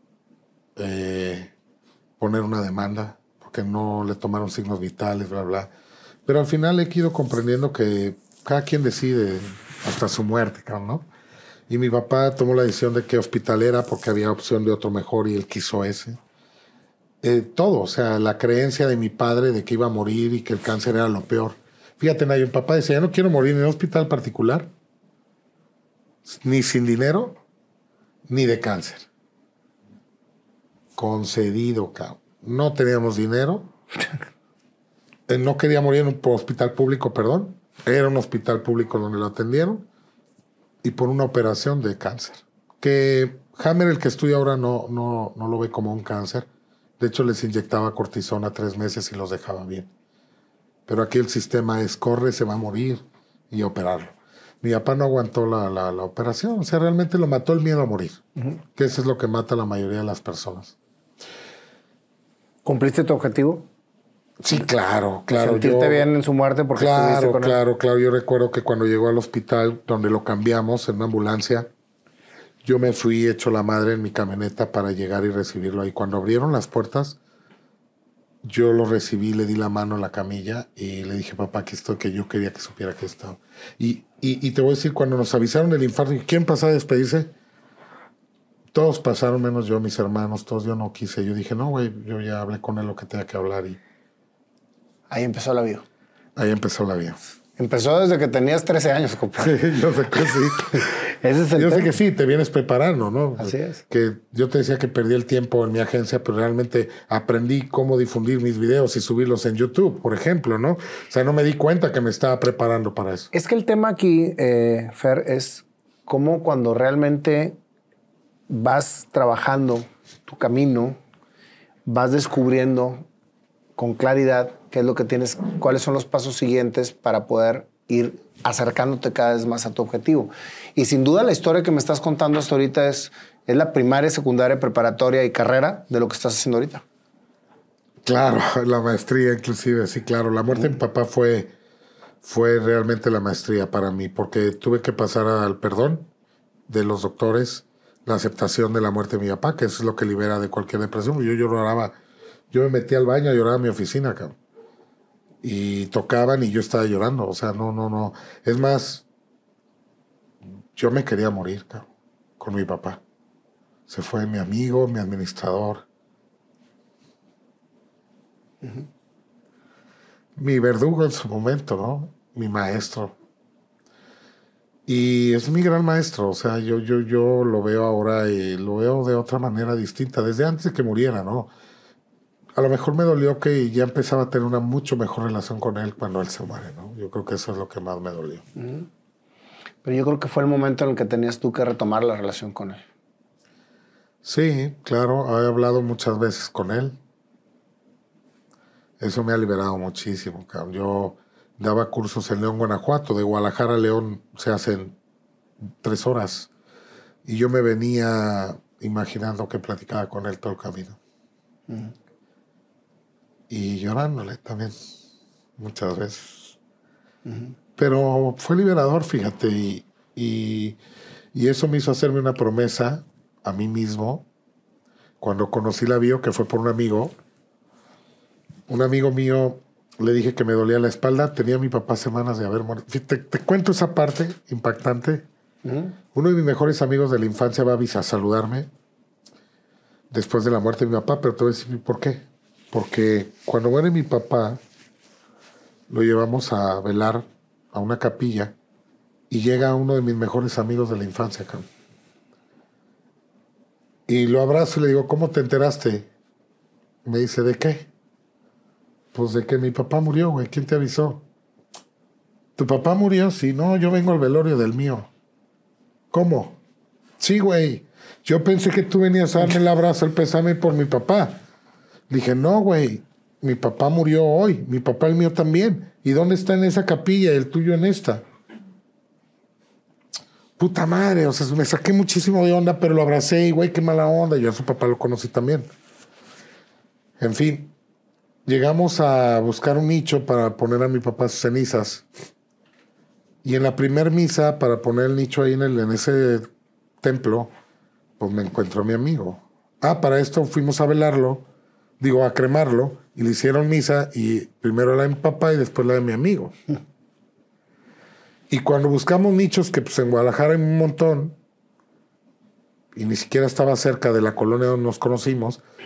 poner una demanda, porque no le tomaron signos vitales, bla, bla. Pero al final he ido comprendiendo que cada quien decide hasta su muerte, ¿no? Y mi papá tomó la decisión de que hospital era porque había opción de otro mejor y él quiso ese. Todo, o sea, la creencia de mi padre de que iba a morir y que el cáncer era lo peor. Fíjate, Nayo, mi papá decía, yo no quiero morir ni en un hospital particular, ni sin dinero, ni de cáncer. Concedido, cabrón. No teníamos dinero. No quería morir en un hospital público, perdón. Era un hospital público donde lo atendieron. Y por una operación de cáncer. Que Hammer, el que estudia ahora, no lo ve como un cáncer. De hecho, les inyectaba cortisona 3 meses y los dejaba bien. Pero aquí el sistema es, corre, se va a morir y operarlo. Mi papá no aguantó la operación. O sea, realmente lo mató el miedo a morir. Que eso es lo que mata a la mayoría de las personas. ¿Cumpliste tu objetivo? Sí, claro. ¿Sentirte bien en su muerte porque estuviste con él? Claro. Yo recuerdo que cuando llegó al hospital, donde lo cambiamos en una ambulancia, yo me fui hecho la madre en mi camioneta para llegar y recibirlo ahí. Cuando abrieron las puertas, yo lo recibí, le di la mano en la camilla y le dije, papá, aquí estoy, que yo quería que supiera que estaba. Y te voy a decir, cuando nos avisaron del infarto, ¿quién pasaba a despedirse? Todos pasaron, menos yo, mis hermanos, todos. Yo no quise. Yo dije, no, güey, yo ya hablé con él lo que tenía que hablar. Y ahí empezó la vida. Ahí empezó la vida. Empezó desde que tenías 13 años, compadre. Yo sé que sí. Ese es el yo tema. sé que sí, te vienes preparando, ¿no? Así es. Que yo te decía que perdí el tiempo en mi agencia, pero realmente aprendí cómo difundir mis videos y subirlos en YouTube, por ejemplo, ¿no? O sea, no me di cuenta que me estaba preparando para eso. Es que el tema aquí, Fer, es cómo cuando realmente vas trabajando tu camino, vas descubriendo con claridad qué es lo que tienes, cuáles son los pasos siguientes para poder ir acercándote cada vez más a tu objetivo. Y sin duda la historia que me estás contando hasta ahorita es la primaria, secundaria, preparatoria y carrera de lo que estás haciendo ahorita. Claro, la maestría inclusive, sí, claro. La muerte de mi papá fue realmente la maestría para mí, porque tuve que pasar al perdón de los doctores, la aceptación de la muerte de mi papá, que eso es lo que libera de cualquier depresión. Yo lloraba, yo me metía al baño a llorar en mi oficina, cabrón. Y tocaban y yo estaba llorando. O sea, no. Es más, yo me quería morir, cabrón, con mi papá. Se fue mi amigo, mi administrador. Mi verdugo en su momento, ¿no? Mi maestro. Y es mi gran maestro. O sea, yo lo veo ahora y lo veo de otra manera distinta, desde antes de que muriera, ¿no? A lo mejor me dolió que ya empezaba a tener una mucho mejor relación con él cuando él se muere, ¿no? Yo creo que eso es lo que más me dolió. Pero yo creo que fue el momento en el que tenías tú que retomar la relación con él. Sí, claro. He hablado muchas veces con él. Eso me ha liberado muchísimo, cabrón. Yo daba cursos en León, Guanajuato. De Guadalajara a León se hacen 3 horas. Y yo me venía imaginando que platicaba con él todo el camino. Y llorándole también, muchas veces. Pero fue liberador, fíjate. Y eso me hizo hacerme una promesa a mí mismo. Cuando conocí la bio, que fue por un amigo mío, le dije que me dolía la espalda. Tenía a mi papá semanas de haber muerto. Te cuento esa parte impactante. Uno de mis mejores amigos de la infancia va a saludarme después de la muerte de mi papá, pero te voy a decir por qué. Porque cuando muere mi papá, lo llevamos a velar a una capilla y llega uno de mis mejores amigos de la infancia, cabrón. Y lo abrazo y le digo, ¿cómo te enteraste? Me dice, ¿de qué? Pues de que mi papá murió, güey. ¿Quién te avisó? ¿Tu papá murió? Sí, no, yo vengo al velorio del mío. ¿Cómo? Sí, güey. Yo pensé que tú venías a darme el abrazo, el pésame por mi papá. Dije, no, güey. Mi papá murió hoy. Mi papá, el mío también. ¿Y dónde está en esa capilla? El tuyo en esta. Puta madre. O sea, me saqué muchísimo de onda, pero lo abracé y, güey, qué mala onda. Yo a su papá lo conocí también. En fin. Llegamos a buscar un nicho para poner a mi papá sus cenizas. Y en la primer misa, para poner el nicho ahí en ese templo, pues me encuentró mi amigo. Para esto fuimos a velarlo, a cremarlo, y le hicieron misa, y primero la de mi papá y después la de mi amigo. Y cuando buscamos nichos, que pues en Guadalajara hay un montón, y ni siquiera estaba cerca de la colonia donde nos conocimos,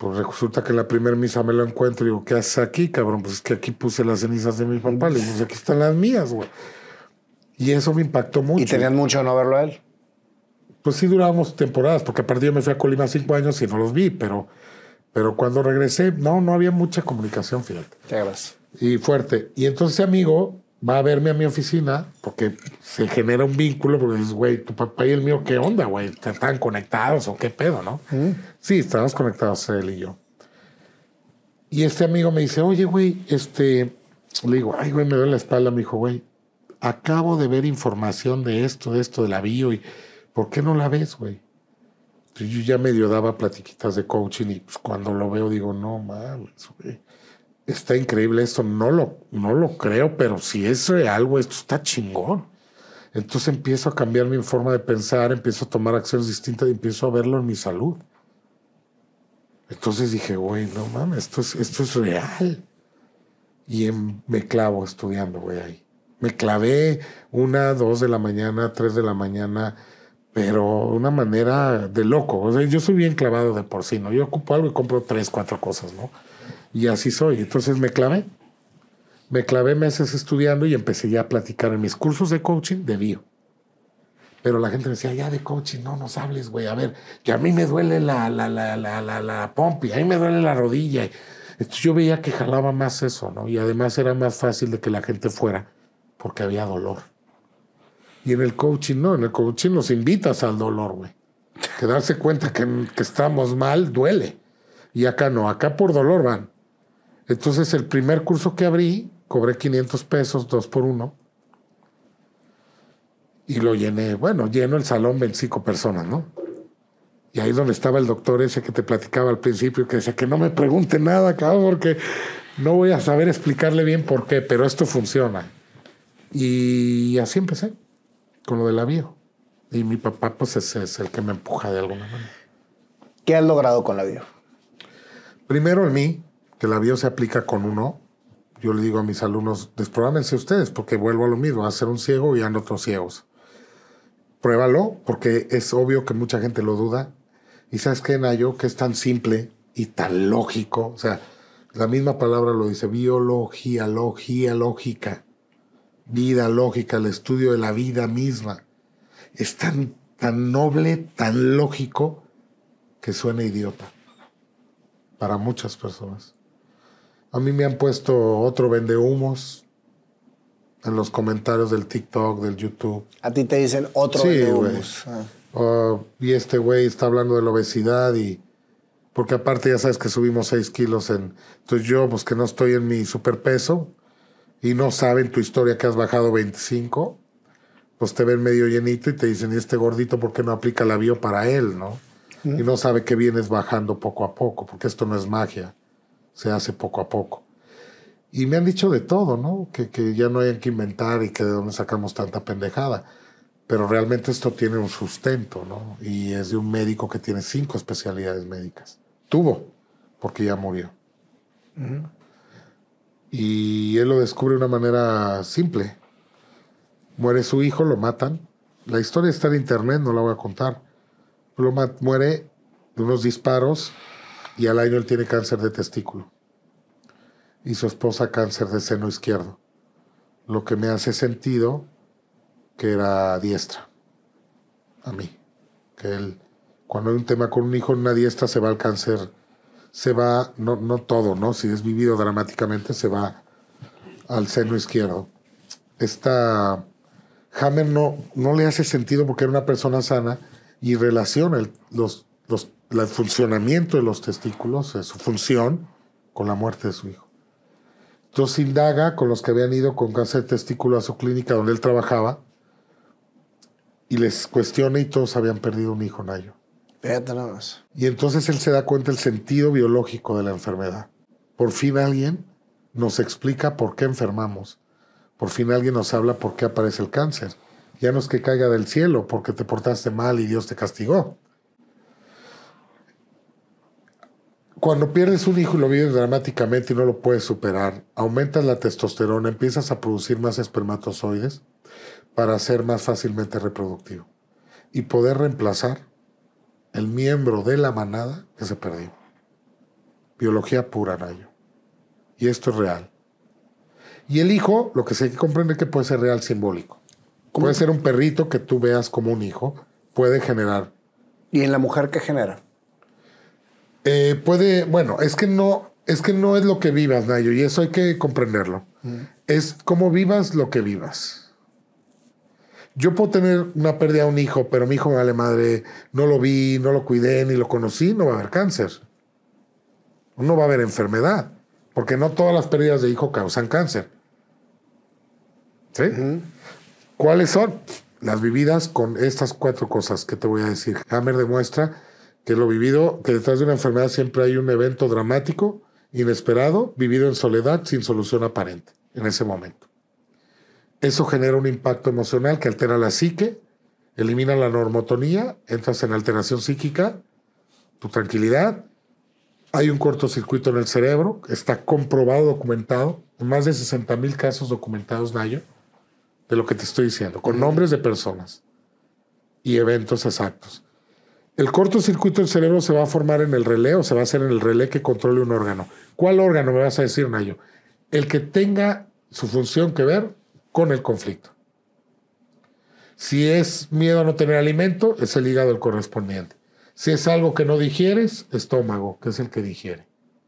Pues resulta que en la primera misa me lo encuentro y digo, ¿qué haces aquí, cabrón? Pues es que aquí puse las cenizas de mi papá. Le digo, pues aquí están las mías, güey. Y eso me impactó mucho. ¿Y tenían mucho de no verlo a él? Pues sí durábamos temporadas, porque aparte yo me fui a Colima 5 años y no los vi, pero cuando regresé, no había mucha comunicación, fíjate. Qué gracias. Y fuerte. Y entonces ese amigo va a verme a mi oficina, porque se genera un vínculo, porque dices, güey, tu papá y el mío, ¿qué onda, güey? ¿Están conectados o qué pedo, no? Sí, estábamos conectados él y yo. Y este amigo me dice, oye, güey, le digo, ay, güey, me duele la espalda. Me dijo, güey, acabo de ver información de esto, de la bio, y ¿por qué no la ves, güey? Entonces yo ya medio daba platiquitas de coaching y pues, cuando lo veo digo, no mames, güey. Está increíble esto, no lo creo, pero si es real, güey, esto está chingón. Entonces empiezo a cambiar mi forma de pensar, empiezo a tomar acciones distintas y empiezo a verlo en mi salud. Entonces dije, güey, no mames, esto es real. Y me clavo estudiando, güey, ahí. Me clavé 1, 2 de la mañana, 3 de la mañana, pero de una manera de loco. O sea, yo soy bien clavado de por sí, ¿no? Yo ocupo algo y compro 3, 4 cosas, ¿no? Y así soy. Entonces me clavé. Me clavé meses estudiando y empecé ya a platicar en mis cursos de coaching de bio. Pero la gente me decía, ya de coaching, no nos hables, güey. A ver, que a mí me duele la pompi, a mí me duele la rodilla. Entonces yo veía que jalaba más eso, ¿no? Y además era más fácil de que la gente fuera porque había dolor. Y en el coaching, no. En el coaching nos invitas al dolor, güey. Que darse cuenta que estamos mal duele. Y acá no, acá por dolor van. Entonces el primer curso que abrí, cobré 500 pesos, 2 por 1. Y lo llené, bueno, lleno el salón 25 personas, ¿no? Y ahí es donde estaba el doctor ese que te platicaba al principio, que decía que no me pregunte nada, cabrón, porque no voy a saber explicarle bien por qué, pero esto funciona. Y así empecé, con lo de la bio. Y mi papá, pues, es el que me empuja de alguna manera. ¿Qué has logrado con la bio? Primero en mí, que la bio se aplica con uno. Yo le digo a mis alumnos, desprográmense ustedes, porque vuelvo a lo mismo, a ser un ciego y a otros ciegos. Pruébalo, porque es obvio que mucha gente lo duda. Y ¿sabes qué, Nayo? Que es tan simple y tan lógico. O sea, la misma palabra lo dice, biología, lógica. Vida lógica, el estudio de la vida misma. Es tan noble, tan lógico, que suena idiota. Para muchas personas. A mí me han puesto otro vendehumos en los comentarios del TikTok, del YouTube. A ti te dicen otro vendehumos. Y este güey está hablando de la obesidad y... Porque aparte ya sabes que subimos 6 kilos en... Entonces yo, pues que no estoy en mi superpeso y no saben tu historia que has bajado 25, pues te ven medio llenito y te dicen, ¿y este gordito por qué no aplica la bio para él, no? Y no sabe que vienes bajando poco a poco, porque esto no es magia, se hace poco a poco. Y me han dicho de todo, ¿no? Que ya no hay que inventar y que de dónde sacamos tanta pendejada. Pero realmente esto tiene un sustento, ¿no? Y es de un médico que tiene 5 especialidades médicas. Tuvo, porque ya murió. Y él lo descubre de una manera simple. Muere su hijo, lo matan. La historia está en internet, no la voy a contar. Muere de unos disparos y al año él tiene cáncer de testículo. Y su esposa cáncer de seno izquierdo. Lo que me hace sentido que era diestra. A mí. Que él, cuando hay un tema con un hijo en una diestra, se va al cáncer. Se va, no todo, ¿no? Si es vivido dramáticamente, se va al seno izquierdo. Esta Hammer no le hace sentido porque era una persona sana y relaciona el funcionamiento de los testículos, su función, con la muerte de su hijo. Entonces indaga con los que habían ido con cáncer de testículo a su clínica donde él trabajaba y les cuestiona y todos habían perdido un hijo, Nayo. Fíjate nada más. Y entonces él se da cuenta del sentido biológico de la enfermedad. Por fin alguien nos explica por qué enfermamos. Por fin alguien nos habla por qué aparece el cáncer. Ya no es que caiga del cielo porque te portaste mal y Dios te castigó. Cuando pierdes un hijo y lo vives dramáticamente y no lo puedes superar, aumentas la testosterona, empiezas a producir más espermatozoides para ser más fácilmente reproductivo y poder reemplazar el miembro de la manada que se perdió. biología pura, Nayo. Y esto es real. Y el hijo, lo que sí hay que comprender es que puede ser real simbólico. ¿Cómo? Puede ser un perrito que tú veas como un hijo, puede generar. ¿Y en la mujer qué genera? Bueno, es que no es lo que vivas, Nayo, y eso hay que comprenderlo. Es cómo vivas lo que vivas. Yo puedo tener una pérdida de un hijo, pero mi hijo me vale madre, no lo vi, no lo cuidé, ni lo conocí, no va a haber cáncer. No va a haber enfermedad, porque no todas las pérdidas de hijo causan cáncer. ¿Sí? ¿Cuáles son? Las vividas con estas 4 cosas que te voy a decir. Hammer demuestra que lo vivido, que detrás de una enfermedad siempre hay un evento dramático, inesperado, vivido en soledad, sin solución aparente, en ese momento. Eso genera un impacto emocional que altera la psique, elimina la normotonía, entras en alteración psíquica, tu tranquilidad. Hay un cortocircuito en el cerebro, está comprobado, documentado, en más de 60,000 casos documentados, Nayo, de lo que te estoy diciendo, con nombres de personas y eventos exactos. El cortocircuito del cerebro se va a formar en el relé, o se va a hacer en el relé que controle un órgano. ¿Cuál órgano me vas a decir, Nayo? El que tenga su función que ver con el conflicto. Si es miedo a no tener alimento, es el hígado el correspondiente. Si es algo que no digieres, estómago, que es el que digiere.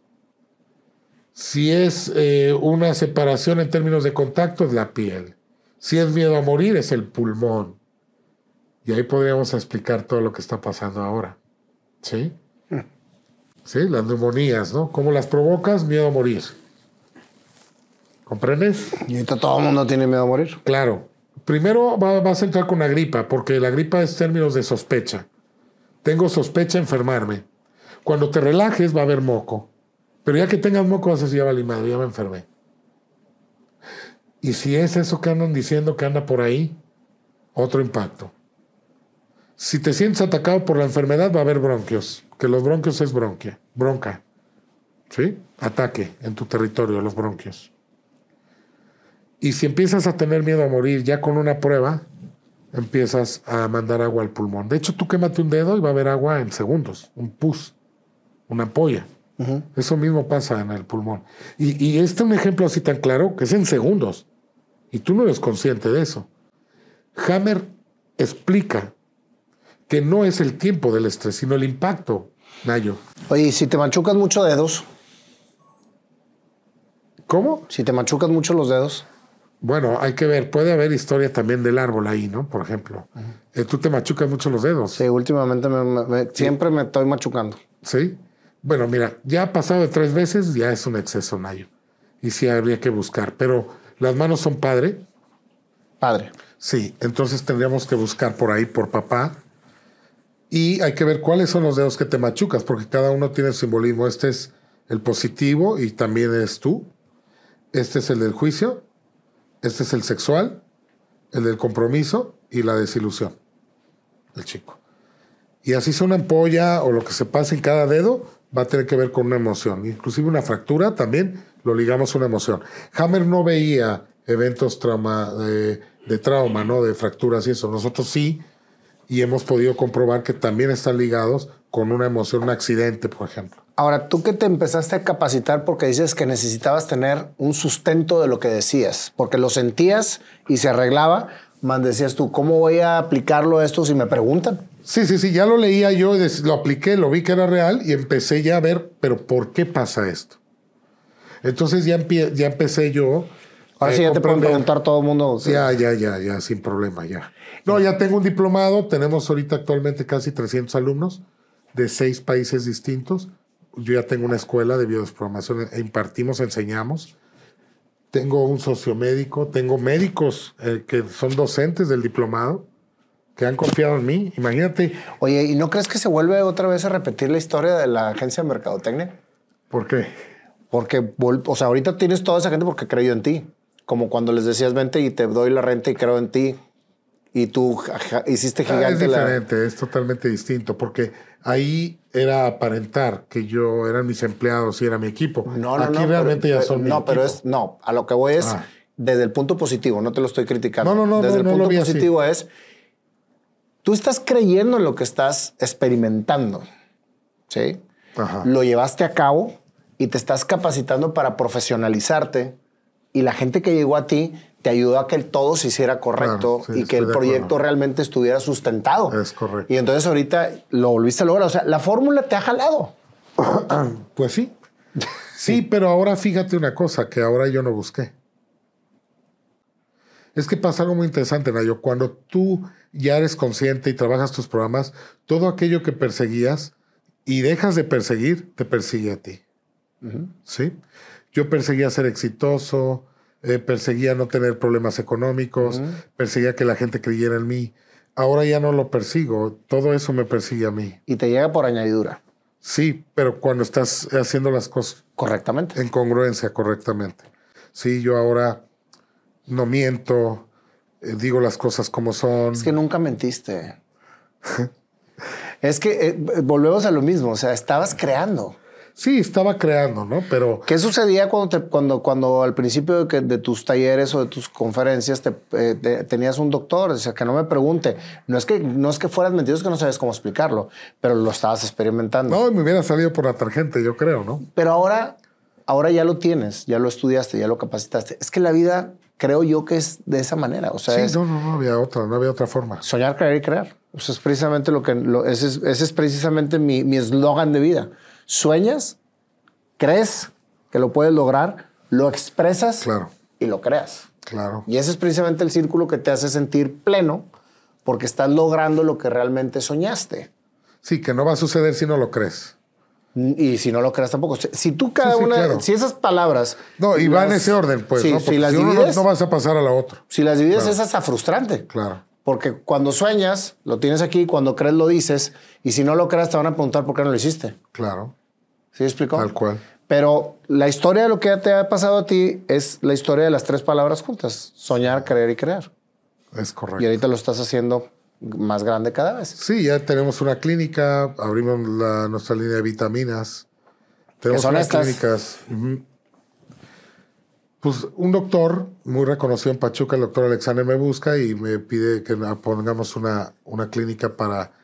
Si es una separación en términos de contacto, es la piel. Si es miedo a morir, es el pulmón. Y ahí podríamos explicar todo lo que está pasando ahora. ¿Sí? Sí, las neumonías, ¿no? ¿Cómo las provocas? Miedo a morir. ¿Comprendes? Y ahorita todo el mundo tiene miedo a morir. Claro. Primero vas a entrar con la gripa, porque la gripa es términos de sospecha. Tengo sospecha de enfermarme. Cuando te relajes va a haber moco. Pero ya que tengas moco vas a decir, ya valí madre, ya me enfermé. Y si es eso que andan diciendo que anda por ahí, otro impacto. Si te sientes atacado por la enfermedad va a haber bronquios, que los bronquios es bronca. ¿Sí? Ataque en tu territorio, los bronquios. Y si empiezas a tener miedo a morir ya con una prueba, empiezas a mandar agua al pulmón. De hecho, tú quémate un dedo y va a haber agua en segundos, un pus, una ampolla. Eso mismo pasa en el pulmón. Y este es un ejemplo así tan claro que es en segundos. Y tú no eres consciente de eso. Hammer explica que no es el tiempo del estrés, sino el impacto, Nayo. Oye, ¿y si te machucas mucho dedos? ¿Cómo? Si te machucas mucho los dedos. Bueno, hay que ver, puede haber historia también del árbol ahí, ¿no? Por ejemplo. Tú te machucas mucho los dedos. Sí, últimamente siempre me estoy machucando. ¿Sí? Bueno, mira, ya ha pasado de 3 veces, ya es un exceso, Nayo. Y sí habría que buscar. Pero las manos son padre. Padre. Sí, entonces tendríamos que buscar por ahí, por papá. Y hay que ver cuáles son los dedos que te machucas, porque cada uno tiene su simbolismo. Este es el positivo y también eres tú. Este es el del juicio. Este es el sexual, el del compromiso y la desilusión. El chico. Y así sea una ampolla o lo que se pase en cada dedo, va a tener que ver con una emoción. Inclusive una fractura también lo ligamos a una emoción. Hammer no veía eventos de trauma, ¿no? De fracturas y eso. Nosotros sí, y hemos podido comprobar que también están ligados con una emoción, un accidente, por ejemplo. Ahora, tú que te empezaste a capacitar porque dices que necesitabas tener un sustento de lo que decías, porque lo sentías y se arreglaba, más decías tú, ¿cómo voy a aplicarlo a esto si me preguntan? Sí, ya lo leía yo, lo apliqué, lo vi que era real y empecé ya a ver, pero ¿por qué pasa esto? Entonces ya empecé yo. Ahora sí ya te pueden preguntar todo el mundo. ¿Sí? Ya, sin problema, ya. No, ya tengo un diplomado, tenemos ahorita actualmente casi 300 alumnos de 6 países distintos. Yo ya tengo una escuela de biodesprogramación, impartimos, enseñamos. Tengo un sociomédico, tengo médicos que son docentes del diplomado, que han confiado en mí. Imagínate. Oye, ¿y no crees que se vuelve otra vez a repetir la historia de la agencia de mercadotecnia? ¿Por qué? Porque, o sea, ahorita tienes toda esa gente porque creyó en ti. Como cuando les decías, vente y te doy la renta y creo en ti. Y tú hiciste gigante es diferente, es totalmente distinto, porque ahí era aparentar que yo eran mis empleados y era mi equipo. Aquí realmente ya son mi equipo. A lo que voy es desde el punto positivo, no te lo estoy criticando. Desde el punto positivo es, tú estás creyendo en lo que estás experimentando, ¿sí? Ajá. Lo llevaste a cabo y te estás capacitando para profesionalizarte y la gente que llegó a ti te ayudó a que el todo se hiciera correcto, Claro, sí, y que el proyecto realmente estuviera sustentado. Es correcto. Y entonces ahorita lo volviste a lograr. O sea, la fórmula te ha jalado. Pues sí. Sí, pero ahora fíjate una cosa que ahora yo no busqué. Es que pasa algo muy interesante, Nayo. Cuando tú ya eres consciente y trabajas tus programas, todo aquello que perseguías y dejas de perseguir, te persigue a ti. ¿Sí? Yo perseguía ser exitoso, perseguía no tener problemas económicos, perseguía que la gente creyera en mí. Ahora ya no lo persigo, todo eso me persigue a mí. Y te llega por añadidura. Sí, pero cuando estás haciendo las cosas Correctamente. en congruencia, correctamente. Sí, yo ahora no miento, digo las cosas como son. Es que nunca mentiste. Es que volvemos a lo mismo. O sea, estabas creando. Sí, estaba creando, ¿no? Pero ¿Qué sucedía cuando al principio de tus talleres o de tus conferencias tenías un doctor? O sea, que no me pregunte. No es que fueras mentiroso, es que no sabes cómo explicarlo, pero lo estabas experimentando. no, me hubiera salido por la tangente, yo creo, ¿no? Pero ahora ya lo tienes, ya lo estudiaste, ya lo capacitaste. Es que la vida, creo yo, que es de esa manera. O sea, Sí, no había otra forma. soñar, creer y crear. Eso es precisamente ese es precisamente mi eslogan de vida. Sueñas, crees que lo puedes lograr, lo expresas Claro. y lo creas. Claro. Y ese es precisamente el círculo que te hace sentir pleno porque estás logrando lo que realmente soñaste. Sí, que no va a suceder si no lo crees. Y si no lo creas tampoco. Si tú cada Sí, una, claro. si esas palabras... No, y va en ese orden, pues, sí, ¿no? Porque si las si uno divides, no vas a pasar a la otra. si las divides, Claro. es hasta frustrante. Claro. Porque cuando sueñas, lo tienes aquí, cuando crees, lo dices, y si no lo creas, te van a preguntar por qué no lo hiciste. Claro. ¿Sí me explicó? Tal cual. Pero la historia de lo que te ha pasado a ti es la historia de las tres palabras juntas: soñar, creer y crear. Es correcto. Y ahorita lo estás haciendo más grande cada vez. Sí, ya tenemos una clínica, abrimos nuestra línea de vitaminas. Tenemos son unas estas? clínicas. Pues un doctor muy reconocido en Pachuca, el doctor Alexander, me busca y me pide que pongamos una clínica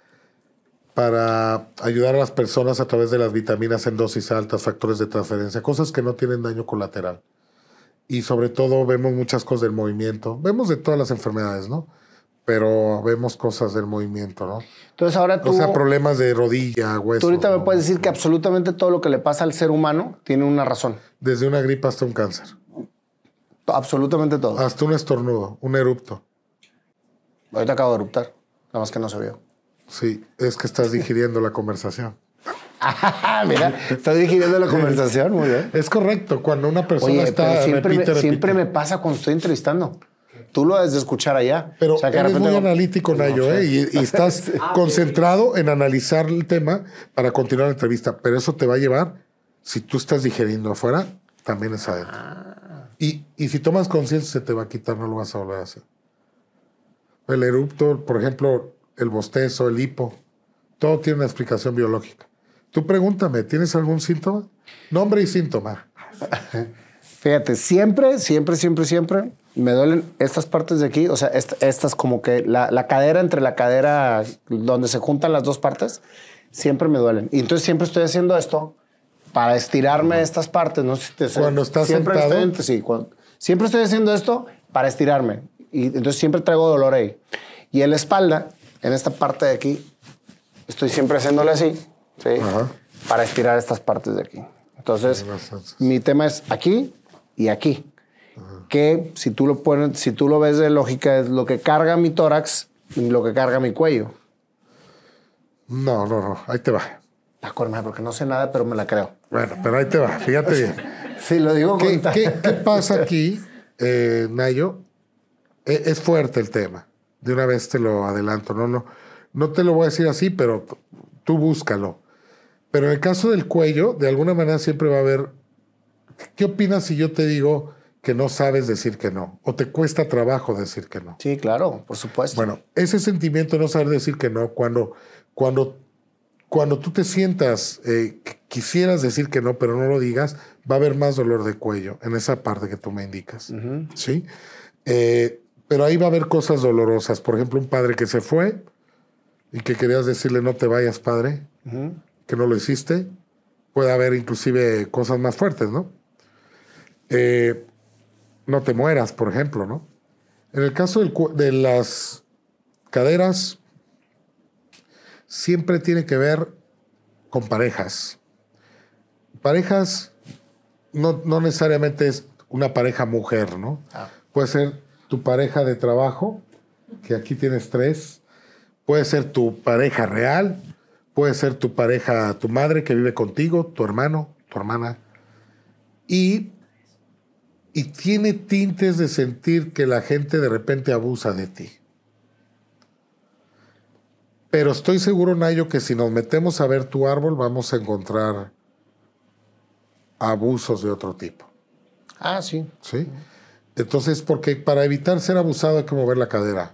para ayudar a las personas a través de las vitaminas en dosis altas, factores de transferencia, cosas que no tienen daño colateral. Y sobre todo vemos muchas cosas del movimiento. Vemos de todas las enfermedades, ¿no? Pero vemos cosas del movimiento, ¿no? Entonces ahora tú... O sea, problemas de rodilla, hueso. Tú ahorita me ¿no? puedes decir que absolutamente todo lo que le pasa al ser humano tiene una razón. Desde una gripa hasta un cáncer. Absolutamente todo. Hasta un estornudo, un erupto. Ahorita acabo de eruptar, nada más que no se vio. Sí, es que estás digiriendo la conversación. Mira, estás digiriendo la conversación, muy bien. Es correcto, cuando una persona Oye, está... pero siempre repite. me pasa cuando estoy entrevistando. Tú lo debes de escuchar allá. Pero O sea, que de eres muy repente- analítico, Nayo, ¿eh? Y estás concentrado en analizar el tema para continuar la entrevista. Pero eso te va a llevar, si tú estás digeriendo afuera, también es adentro. Y si tomas conciencia, se te va a quitar, no lo vas a volver a hacer. El erupto, por ejemplo, el bostezo, el hipo, todo tiene una explicación biológica. Tú pregúntame, ¿tienes algún síntoma? Nombre y síntoma. Fíjate, siempre me duelen estas partes de aquí, o sea, estas como que la cadera, entre la cadera donde se juntan las dos partes, siempre me duelen. Y entonces siempre estoy haciendo esto para estirarme estas partes. No sé si te Cuando estás siempre sentado. siempre estoy haciendo esto para estirarme. Y entonces siempre traigo dolor ahí. Y en la espalda, en esta parte de aquí, estoy siempre haciéndole así, ¿sí? Ajá. Para estirar estas partes de aquí. Entonces, mi tema es aquí y aquí. Que si tú lo ves de lógica, es lo que carga mi tórax y lo que carga mi cuello. No, ahí te va. Acuérdame, porque no sé nada, pero me la creo. Bueno, pero ahí te va, fíjate bien. Sí, lo digo ¿Qué con... pasa aquí, Nayo? Es fuerte el tema. De una vez te lo adelanto. No te lo voy a decir así, pero tú búscalo. Pero en el caso del cuello, de alguna manera siempre va a haber... ¿Qué opinas si yo te digo que no sabes decir que no? ¿O te cuesta trabajo decir que no? Sí, claro, por supuesto. Bueno, ese sentimiento de no saber decir que no, cuando tú te sientas, quisieras decir que no, pero no lo digas, va a haber más dolor de cuello en esa parte que tú me indicas. ¿Sí? Pero ahí va a haber cosas dolorosas. Por ejemplo, un padre que se fue y que querías decirle no te vayas, padre, que no lo hiciste, puede haber inclusive cosas más fuertes, ¿no? No te mueras, por ejemplo, ¿no? En el caso de las caderas, siempre tiene que ver con parejas. Parejas no necesariamente es una pareja mujer, ¿no? Puede ser tu pareja de trabajo, que aquí tienes 3. Puede ser tu pareja real. Puede ser tu pareja, tu madre que vive contigo, tu hermano, tu hermana. Y tiene tintes de sentir que la gente de repente abusa de ti. Pero estoy seguro, Nayo, que si nos metemos a ver tu árbol, vamos a encontrar abusos de otro tipo. Ah, sí. ¿Sí? Entonces, porque para evitar ser abusado hay que mover la cadera.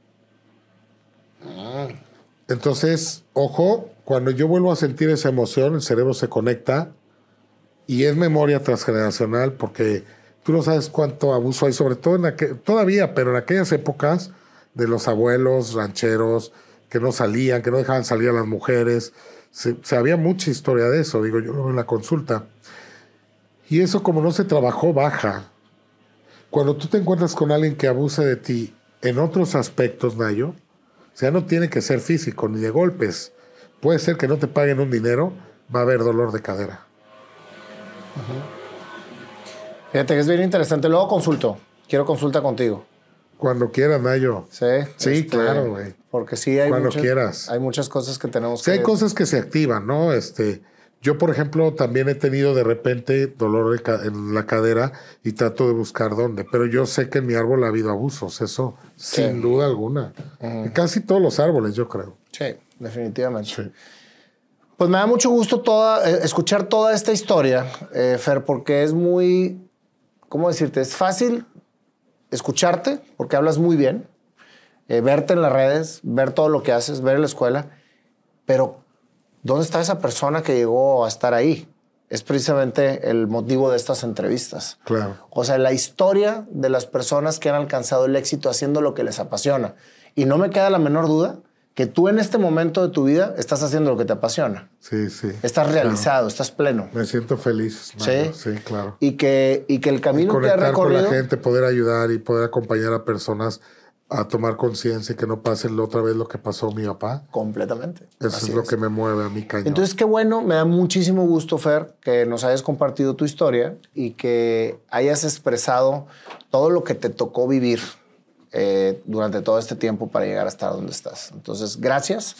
Entonces, ojo, cuando yo vuelvo a sentir esa emoción, el cerebro se conecta y es memoria transgeneracional porque tú no sabes cuánto abuso hay, sobre todo todavía, pero en aquellas épocas de los abuelos rancheros que no salían, que no dejaban salir a las mujeres. Había mucha historia de eso, digo, yo lo veo en la consulta. Y eso, como no se trabajó, baja. Cuando tú te encuentras con alguien que abuse de ti en otros aspectos, Nayo, o sea, no tiene que ser físico ni de golpes. Puede ser que no te paguen un dinero, va a haber dolor de cadera. Fíjate que es bien interesante. Luego consulto. Quiero consulta contigo. Cuando quieras, Nayo. Sí. Sí, claro, güey. Porque sí hay Cuando quieras. Hay muchas cosas que tenemos sí, que... hay cosas que se activan, ¿no? Yo, por ejemplo, también he tenido de repente dolor en la cadera y trato de buscar dónde. Pero yo sé que en mi árbol ha habido abusos, eso sin duda alguna. En casi todos los árboles, yo creo. Sí, definitivamente. Sí. Pues me da mucho gusto escuchar toda esta historia, Fer, porque es muy... ¿Cómo decirte? Es fácil escucharte, porque hablas muy bien, verte en las redes, ver todo lo que haces, ver en la escuela, pero ¿dónde está esa persona que llegó a estar ahí? Es precisamente el motivo de estas entrevistas. Claro. O sea, la historia de las personas que han alcanzado el éxito haciendo lo que les apasiona. Y no me queda la menor duda que tú en este momento de tu vida estás haciendo lo que te apasiona. Sí, sí. Estás realizado, estás pleno. Me siento feliz. Sí, sí, claro. Y que el camino que has conectar recorrido... con la gente, poder ayudar y poder acompañar a personas a tomar conciencia y que no pase otra vez lo que pasó a mi papá. Completamente. Eso es lo que me mueve a mi cañón. Entonces, qué bueno, me da muchísimo gusto, Fer, que nos hayas compartido tu historia y que hayas expresado todo lo que te tocó vivir durante todo este tiempo para llegar a estar donde estás. Entonces, gracias.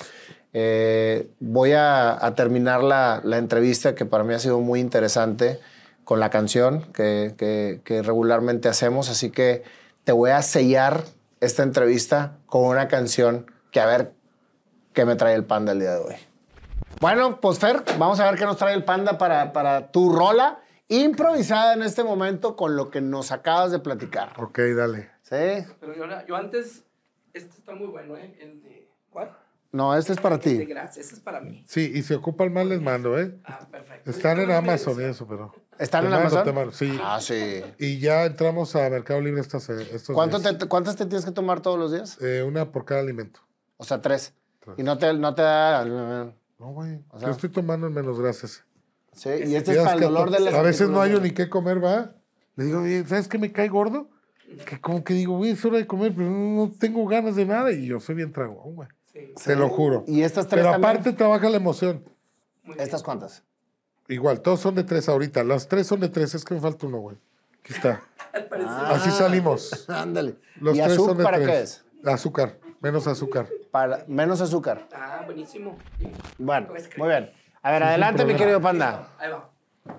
Voy a terminar la entrevista, que para mí ha sido muy interesante, con la canción que regularmente hacemos. Así que te voy a sellar esta entrevista con una canción que a ver qué me trae el Panda el día de hoy. Bueno, pues Fer, vamos a ver qué nos trae el Panda para tu rola improvisada en este momento con lo que nos acabas de platicar. Ok, dale. ¿Sí? Pero yo antes, este está muy bueno, ¿eh? El de... ¿Cuál? No, este es para El de ti. gracias, este es para mí. Sí, y si ocupan más les mando, ¿eh? Ah, perfecto. Están en Amazon y eso, pero... ¿Están en Te mando, Amazon? te mando, sí. Ah, sí. Y ya entramos a Mercado Libre estos días. ¿Cuántas te tienes que tomar todos los días? Una por cada alimento. O sea, 3. Y no te da... No, güey. O sea, yo estoy tomando en menos, gracias. Sí, y este es Ya para el que dolor de las... a veces no hay ni qué comer, ¿va? Le digo, oye, ¿sabes qué me cae gordo? Que como que digo, güey, es hora de comer, pero no tengo ganas de nada. Y yo soy bien tragón, güey. Sí. Te lo juro. Y estas 3 Pero también. aparte trabaja la emoción. Muy bien. ¿Estas cuántas? Igual, todos son de 3 ahorita. Las 3 son de 3, es que me falta uno, güey. Aquí está. Al parecer. Así salimos. Ándale. Los ¿Y 3 azúcar son de para 3. qué es? Azúcar, menos azúcar. Para menos azúcar. Ah, buenísimo. Bueno, Pues, muy bien. A ver, Sin adelante, mi problema. querido Panda. Listo, ahí va.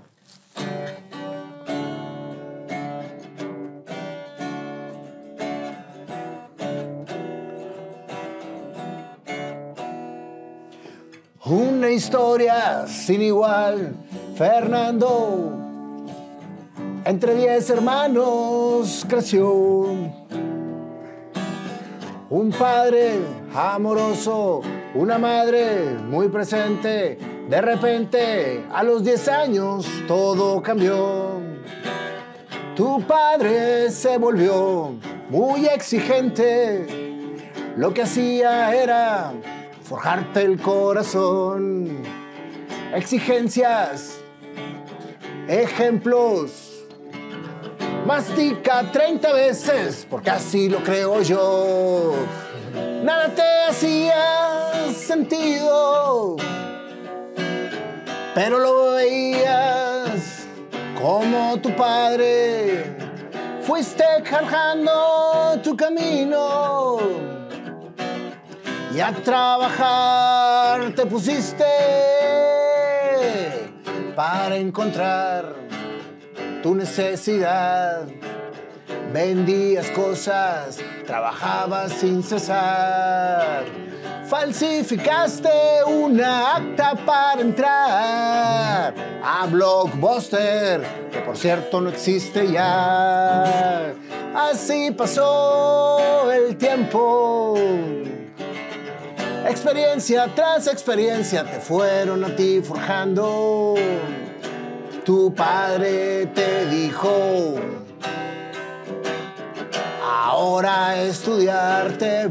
Una historia sin igual, Fernando. Entre 10 hermanos creció. Un padre amoroso, una madre muy presente. De repente, a los 10 años, todo cambió. Tu padre se volvió muy exigente. Lo que hacía era forjarte el corazón. exigencias, ejemplos. Mastica 30 veces, porque así lo creo yo. Nada te hacía sentido, pero lo veías como tu padre. Fuiste cargando tu camino y a trabajar te pusiste para encontrar tu necesidad. Vendías cosas, trabajabas sin cesar. Falsificaste una acta para entrar a Blockbuster, que por cierto no existe ya. Así pasó el tiempo. Experiencia tras experiencia te fueron a ti forjando. Tu padre te dijo: ahora a estudiar te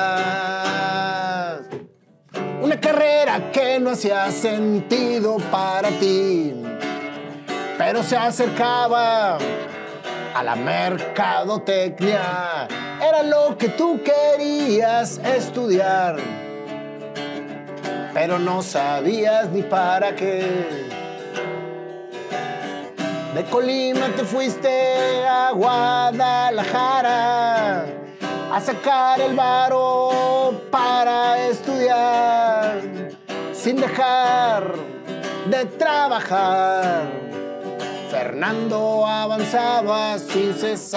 vas. Una carrera que no hacía sentido para ti, pero se acercaba a la mercadotecnia. Era lo que tú querías estudiar, pero no sabías ni para qué. De Colima te fuiste a Guadalajara a sacar el varo para estudiar, sin dejar de trabajar. Fernando avanzaba sin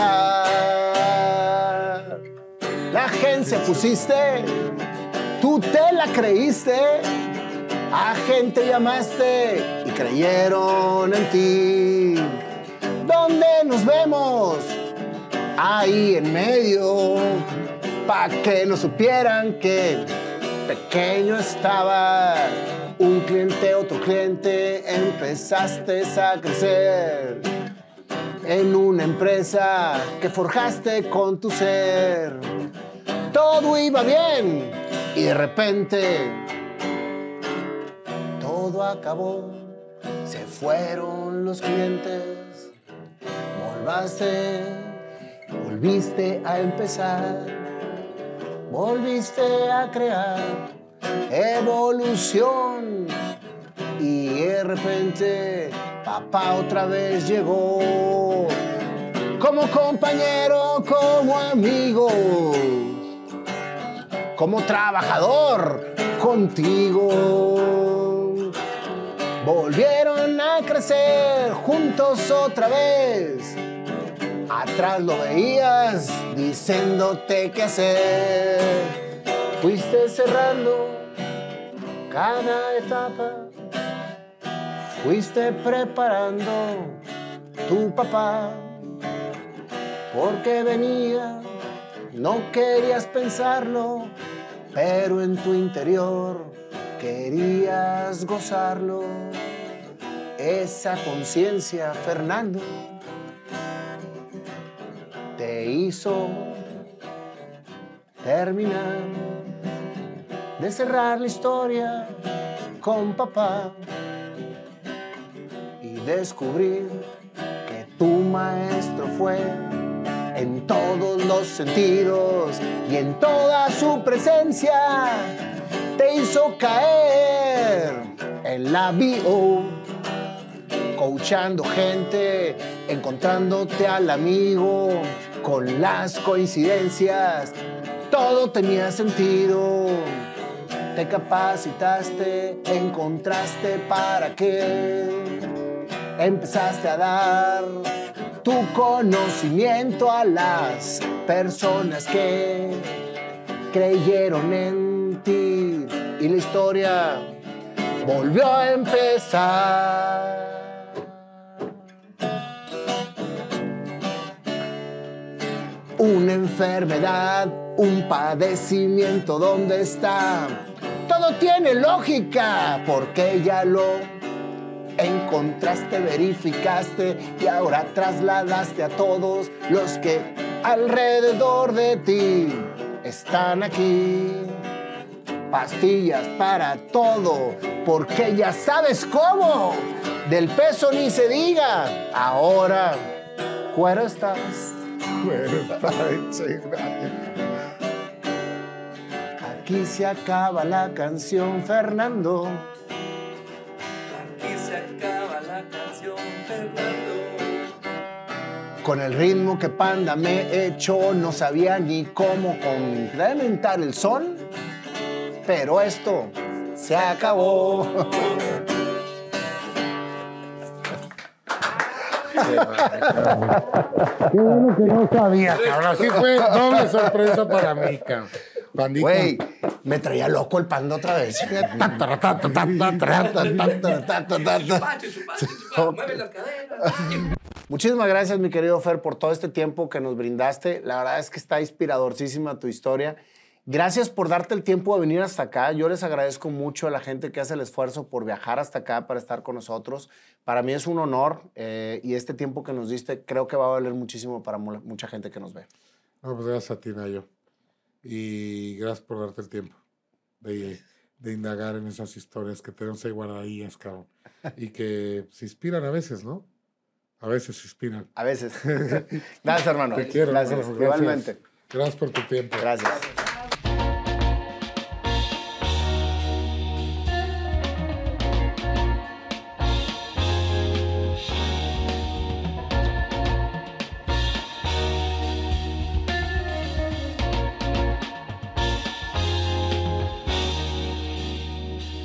cesar. La agencia pusiste, tú te la creíste. A gente llamaste y creyeron en ti. ¿Dónde nos vemos? Ahí en medio, pa' que no supieran que pequeño estaba. Un cliente, otro cliente, empezaste a crecer en una empresa que forjaste con tu ser. Todo iba bien y de repente todo acabó. Se fueron los clientes, volviste a empezar, volviste a crear evolución. Y de repente papá otra vez llegó, como compañero, como amigo, como trabajador contigo. Volvieron a crecer juntos otra vez. Atrás lo veías diciéndote qué hacer. Fuiste cerrando cada etapa. Fuiste preparando tu papá. Porque venía, no querías pensarlo, pero en tu interior querías gozarlo. Esa conciencia, Fernando, te hizo terminar de cerrar la historia con papá y descubrir que tu maestro fue en todos los sentidos y en toda su presencia. Te hizo caer en la bio, coachando gente, encontrándote al amigo, con las coincidencias, todo tenía sentido. Te capacitaste, encontraste para qué, empezaste a dar tu conocimiento a las personas que creyeron en ti y la historia volvió a empezar. Una enfermedad, un padecimiento, ¿dónde está? Todo tiene lógica porque ya lo encontraste, verificaste y ahora trasladaste a todos los que alrededor de ti están aquí. pastillas para todo, porque ya sabes cómo. Del peso ni se diga. Ahora, cuero estás. Aquí se acaba la canción, Fernando. Aquí se acaba la canción, Fernando. Con el ritmo que Panda me echó, no sabía ni cómo complementar el son, pero esto se acabó. Qué bueno que no sabía, cabrón. Así fue doble sorpresa para mí, cabrón. Pandita. Güey, me traía loco el Panda otra vez. Mueve las caderas. Muchísimas gracias, mi querido Fer, por todo este tiempo que nos brindaste. La verdad es que está inspiradorcísima tu historia. Gracias por darte el tiempo de venir hasta acá. Yo les agradezco mucho a la gente que hace el esfuerzo por viajar hasta acá para estar con nosotros. Para mí es un honor y este tiempo que nos diste creo que va a valer muchísimo para mucha gente que nos ve. No, pues gracias a ti, Nayo. Y gracias por darte el tiempo de indagar en esas historias que tenemos ahí guardadillas, cabrón. Y que se inspiran a veces, ¿no? A veces se inspiran. A veces. Gracias, hermano. Te quiero. Gracias. Hermano, Igualmente. Gracias por tu tiempo. Gracias.